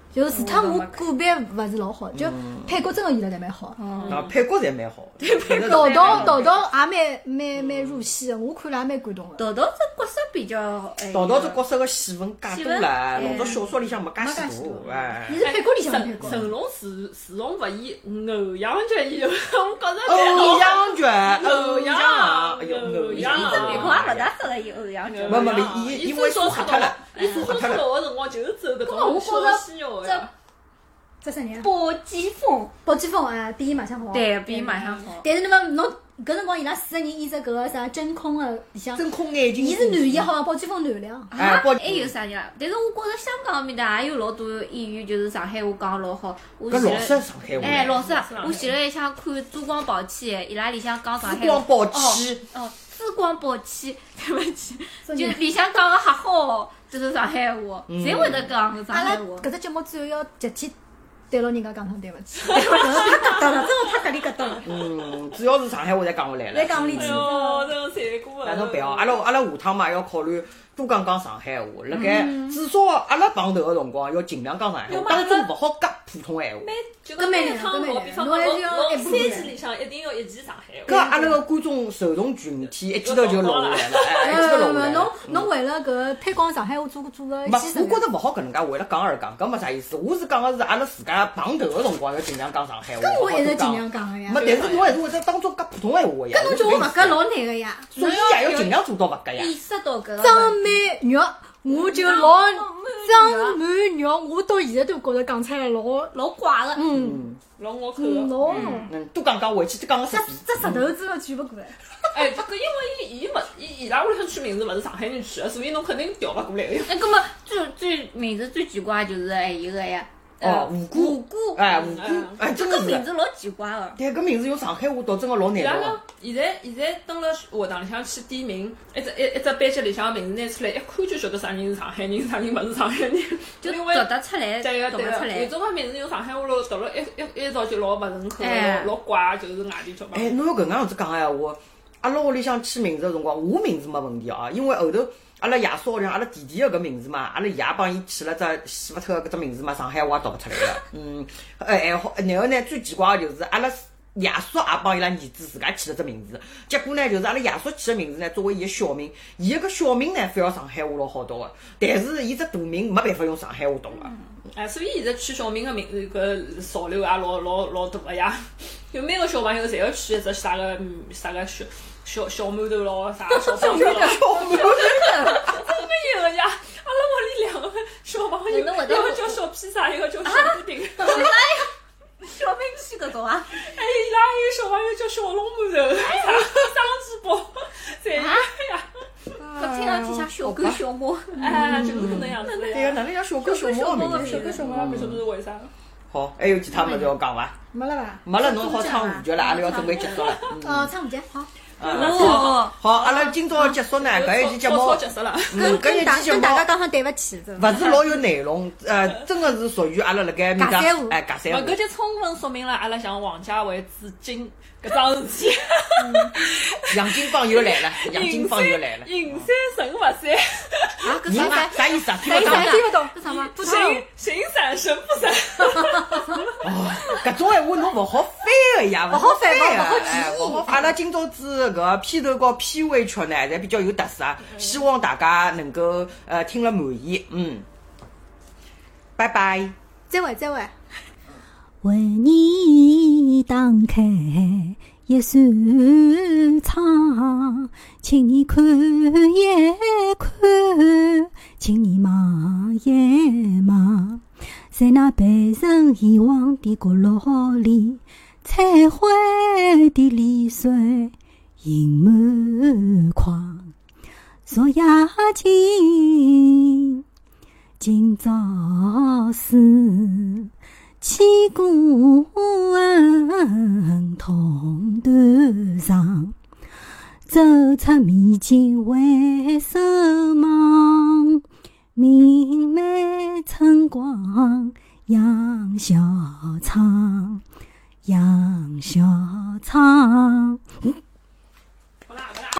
就是除脱我个别勿是老好，就配角真个演得侪蛮好。
啊，配角侪蛮好。
豆豆豆豆也蛮蛮蛮入戏，我看了也蛮感动个。
豆豆这角色比较，
豆豆这角色个戏份介多了，老早小说里向没介许多，哎。
你是配角里向配角。
成龙自自从勿演欧阳觉以后，我觉着
欧阳觉，
欧阳，哎呦，欧阳，
这面孔也勿大适合演欧阳觉。
没没没，伊因为输黑脱了，
伊输黑脱了个辰光就是走搿种小鲜肉呀。
这啥人？
宝鸡凤，
宝鸡凤啊，比伊卖相好。
对，比伊卖相好。
但是那么侬搿辰光伊拉四个人演只搿个啥真空个里向，
真空眼睛。
伊是男一好伐？宝鸡凤男两。
啊，
还有啥人啊？但是我觉着香港面搭也有老多演员，就是上海话讲老好。
搿老式上海话。
哎，老式，我前头一想看《珠光宝气》，伊拉里向讲上海话。
珠光宝气。
哦，珠光宝气，对勿起，就是里向讲个还好，就是上海话，侪会得讲上海话。
阿拉搿只节目最后要集体。对牢人家讲声对勿起，太疙瘩了，真个太疙里疙瘩了。
嗯，主要是上海话侪讲勿来了。
侪讲勿里去。
哦，这个残酷啊！
哪能办哦？阿拉阿拉下趟嘛要考虑多讲讲上海话，辣盖至少阿拉碰头个辰光要尽量讲上海话，当中勿好夹普通闲话。
就搿每趟老比方讲，老三集里向一定要一记上海话。
搿阿拉个观众受众群体一记头就落下来了，哎，一记头落下来了。
侬侬为了搿推广上海话做做个，
没，我觉着勿好搿能介为了讲而讲，搿没啥意思。我是讲个是阿拉自家碰头个辰光要尽量讲上海话。
搿我一直尽量讲个呀。
没，但是侬还是会在当中夹普通闲话呀。
搿侬叫我勿夹老难个呀。
所以也要尽量做到勿夹呀。
意识到搿个。
张曼玉。我就老张曼玉，我到现在都觉着讲出来老
老怪个，
嗯，
老拗口个，
老，
嗯，多讲讲回去，再讲个十遍，
这石头子都举勿过来。
哎，搿因为伊伊勿伊伊拉屋里向取名字勿是上海人取的，所以侬肯定调勿过来个。
哎，搿么最最名字最奇怪就是哎一个呀。
哦，无辜，
无辜，
哎，无辜，哎，
这个名字老奇怪个。
对，搿名字用上海话读真个老难读。
现在现在登了学堂里向去点名，一只一一只班级里向个名字拿出来，一看就晓得啥人是上海人，啥人勿是上海人，
就读得出来，
对个
读得出来。
有种个名字用上海话咯读了一一一早就老勿顺口，老老怪，就是外地叫嘛。
哎，侬要搿能样子讲闲话，阿拉屋里向起名字个辰光，我名字没问题啊，因为后头。阿拉爷叔屋里向，阿拉弟弟个搿名字嘛，阿拉爷帮伊起了只洗勿脱个搿只名字嘛，上海话读勿出来个。嗯，哎好，然后呢，最奇怪个就是阿拉爷叔也帮伊拉儿子自家起了只名字，结果呢，就是阿拉爷叔起个名字呢，作为伊个小名，伊个小名呢，反而上海话老好读个，但是伊只大名没办法用上海话读个。
哎，所以现在取小名个名字搿潮流也老老老大个呀，就每个小朋友侪要取一只啥个啥个小。小小馒头咯，啥小小馒头？小馒头，真的有呀！阿拉屋里两个小朋友，一个叫小披萨，一个叫小布丁。
哪有小明是搿种啊？
哎，伊拉还有小朋友叫小笼馒头，啥张鸡包，侪有呀。
搿听上去像小狗小猫，
哎，就是搿能样子。
对呀，哪能像小狗小猫个名字？
小狗小猫，
不晓得是为啥。
好，还有其他物事要讲伐？
没了伐？
没了，侬好唱五角了，阿拉要准备结束了。
哦，唱五角，好。
嗯，好，好，阿拉今朝结束呢，搿一期节目，
结束了。
嗯，搿一期节目，
跟大家讲声对勿起，
勿是老有内容，呃，真个是属于阿拉辣盖面搭，哎，尬三胡。
搿就充分说明了阿拉向王家卫致敬搿桩事体。
杨金芳又来了，杨金芳又来了。
云山神勿散。
啊，搿啥
啥啥意思啊？听
勿懂，听勿懂，
搿啥嘛？
形形散神不散。
哦，搿种闲话侬勿好翻个呀，勿好翻个，哎，勿好。阿拉今朝子搿片头和片尾曲呢，侪比较有特色，希望大家能够呃听了满意。嗯，拜拜，
再会再会。为你打开一扇窗，请你看一看，请你望一望，在那被人遗忘的角落里，彩绘的泪水盈满眶。昨夜静，今朝思，千古恩痛断肠。走出迷津为守望，明媚晨光杨小仓，杨小仓。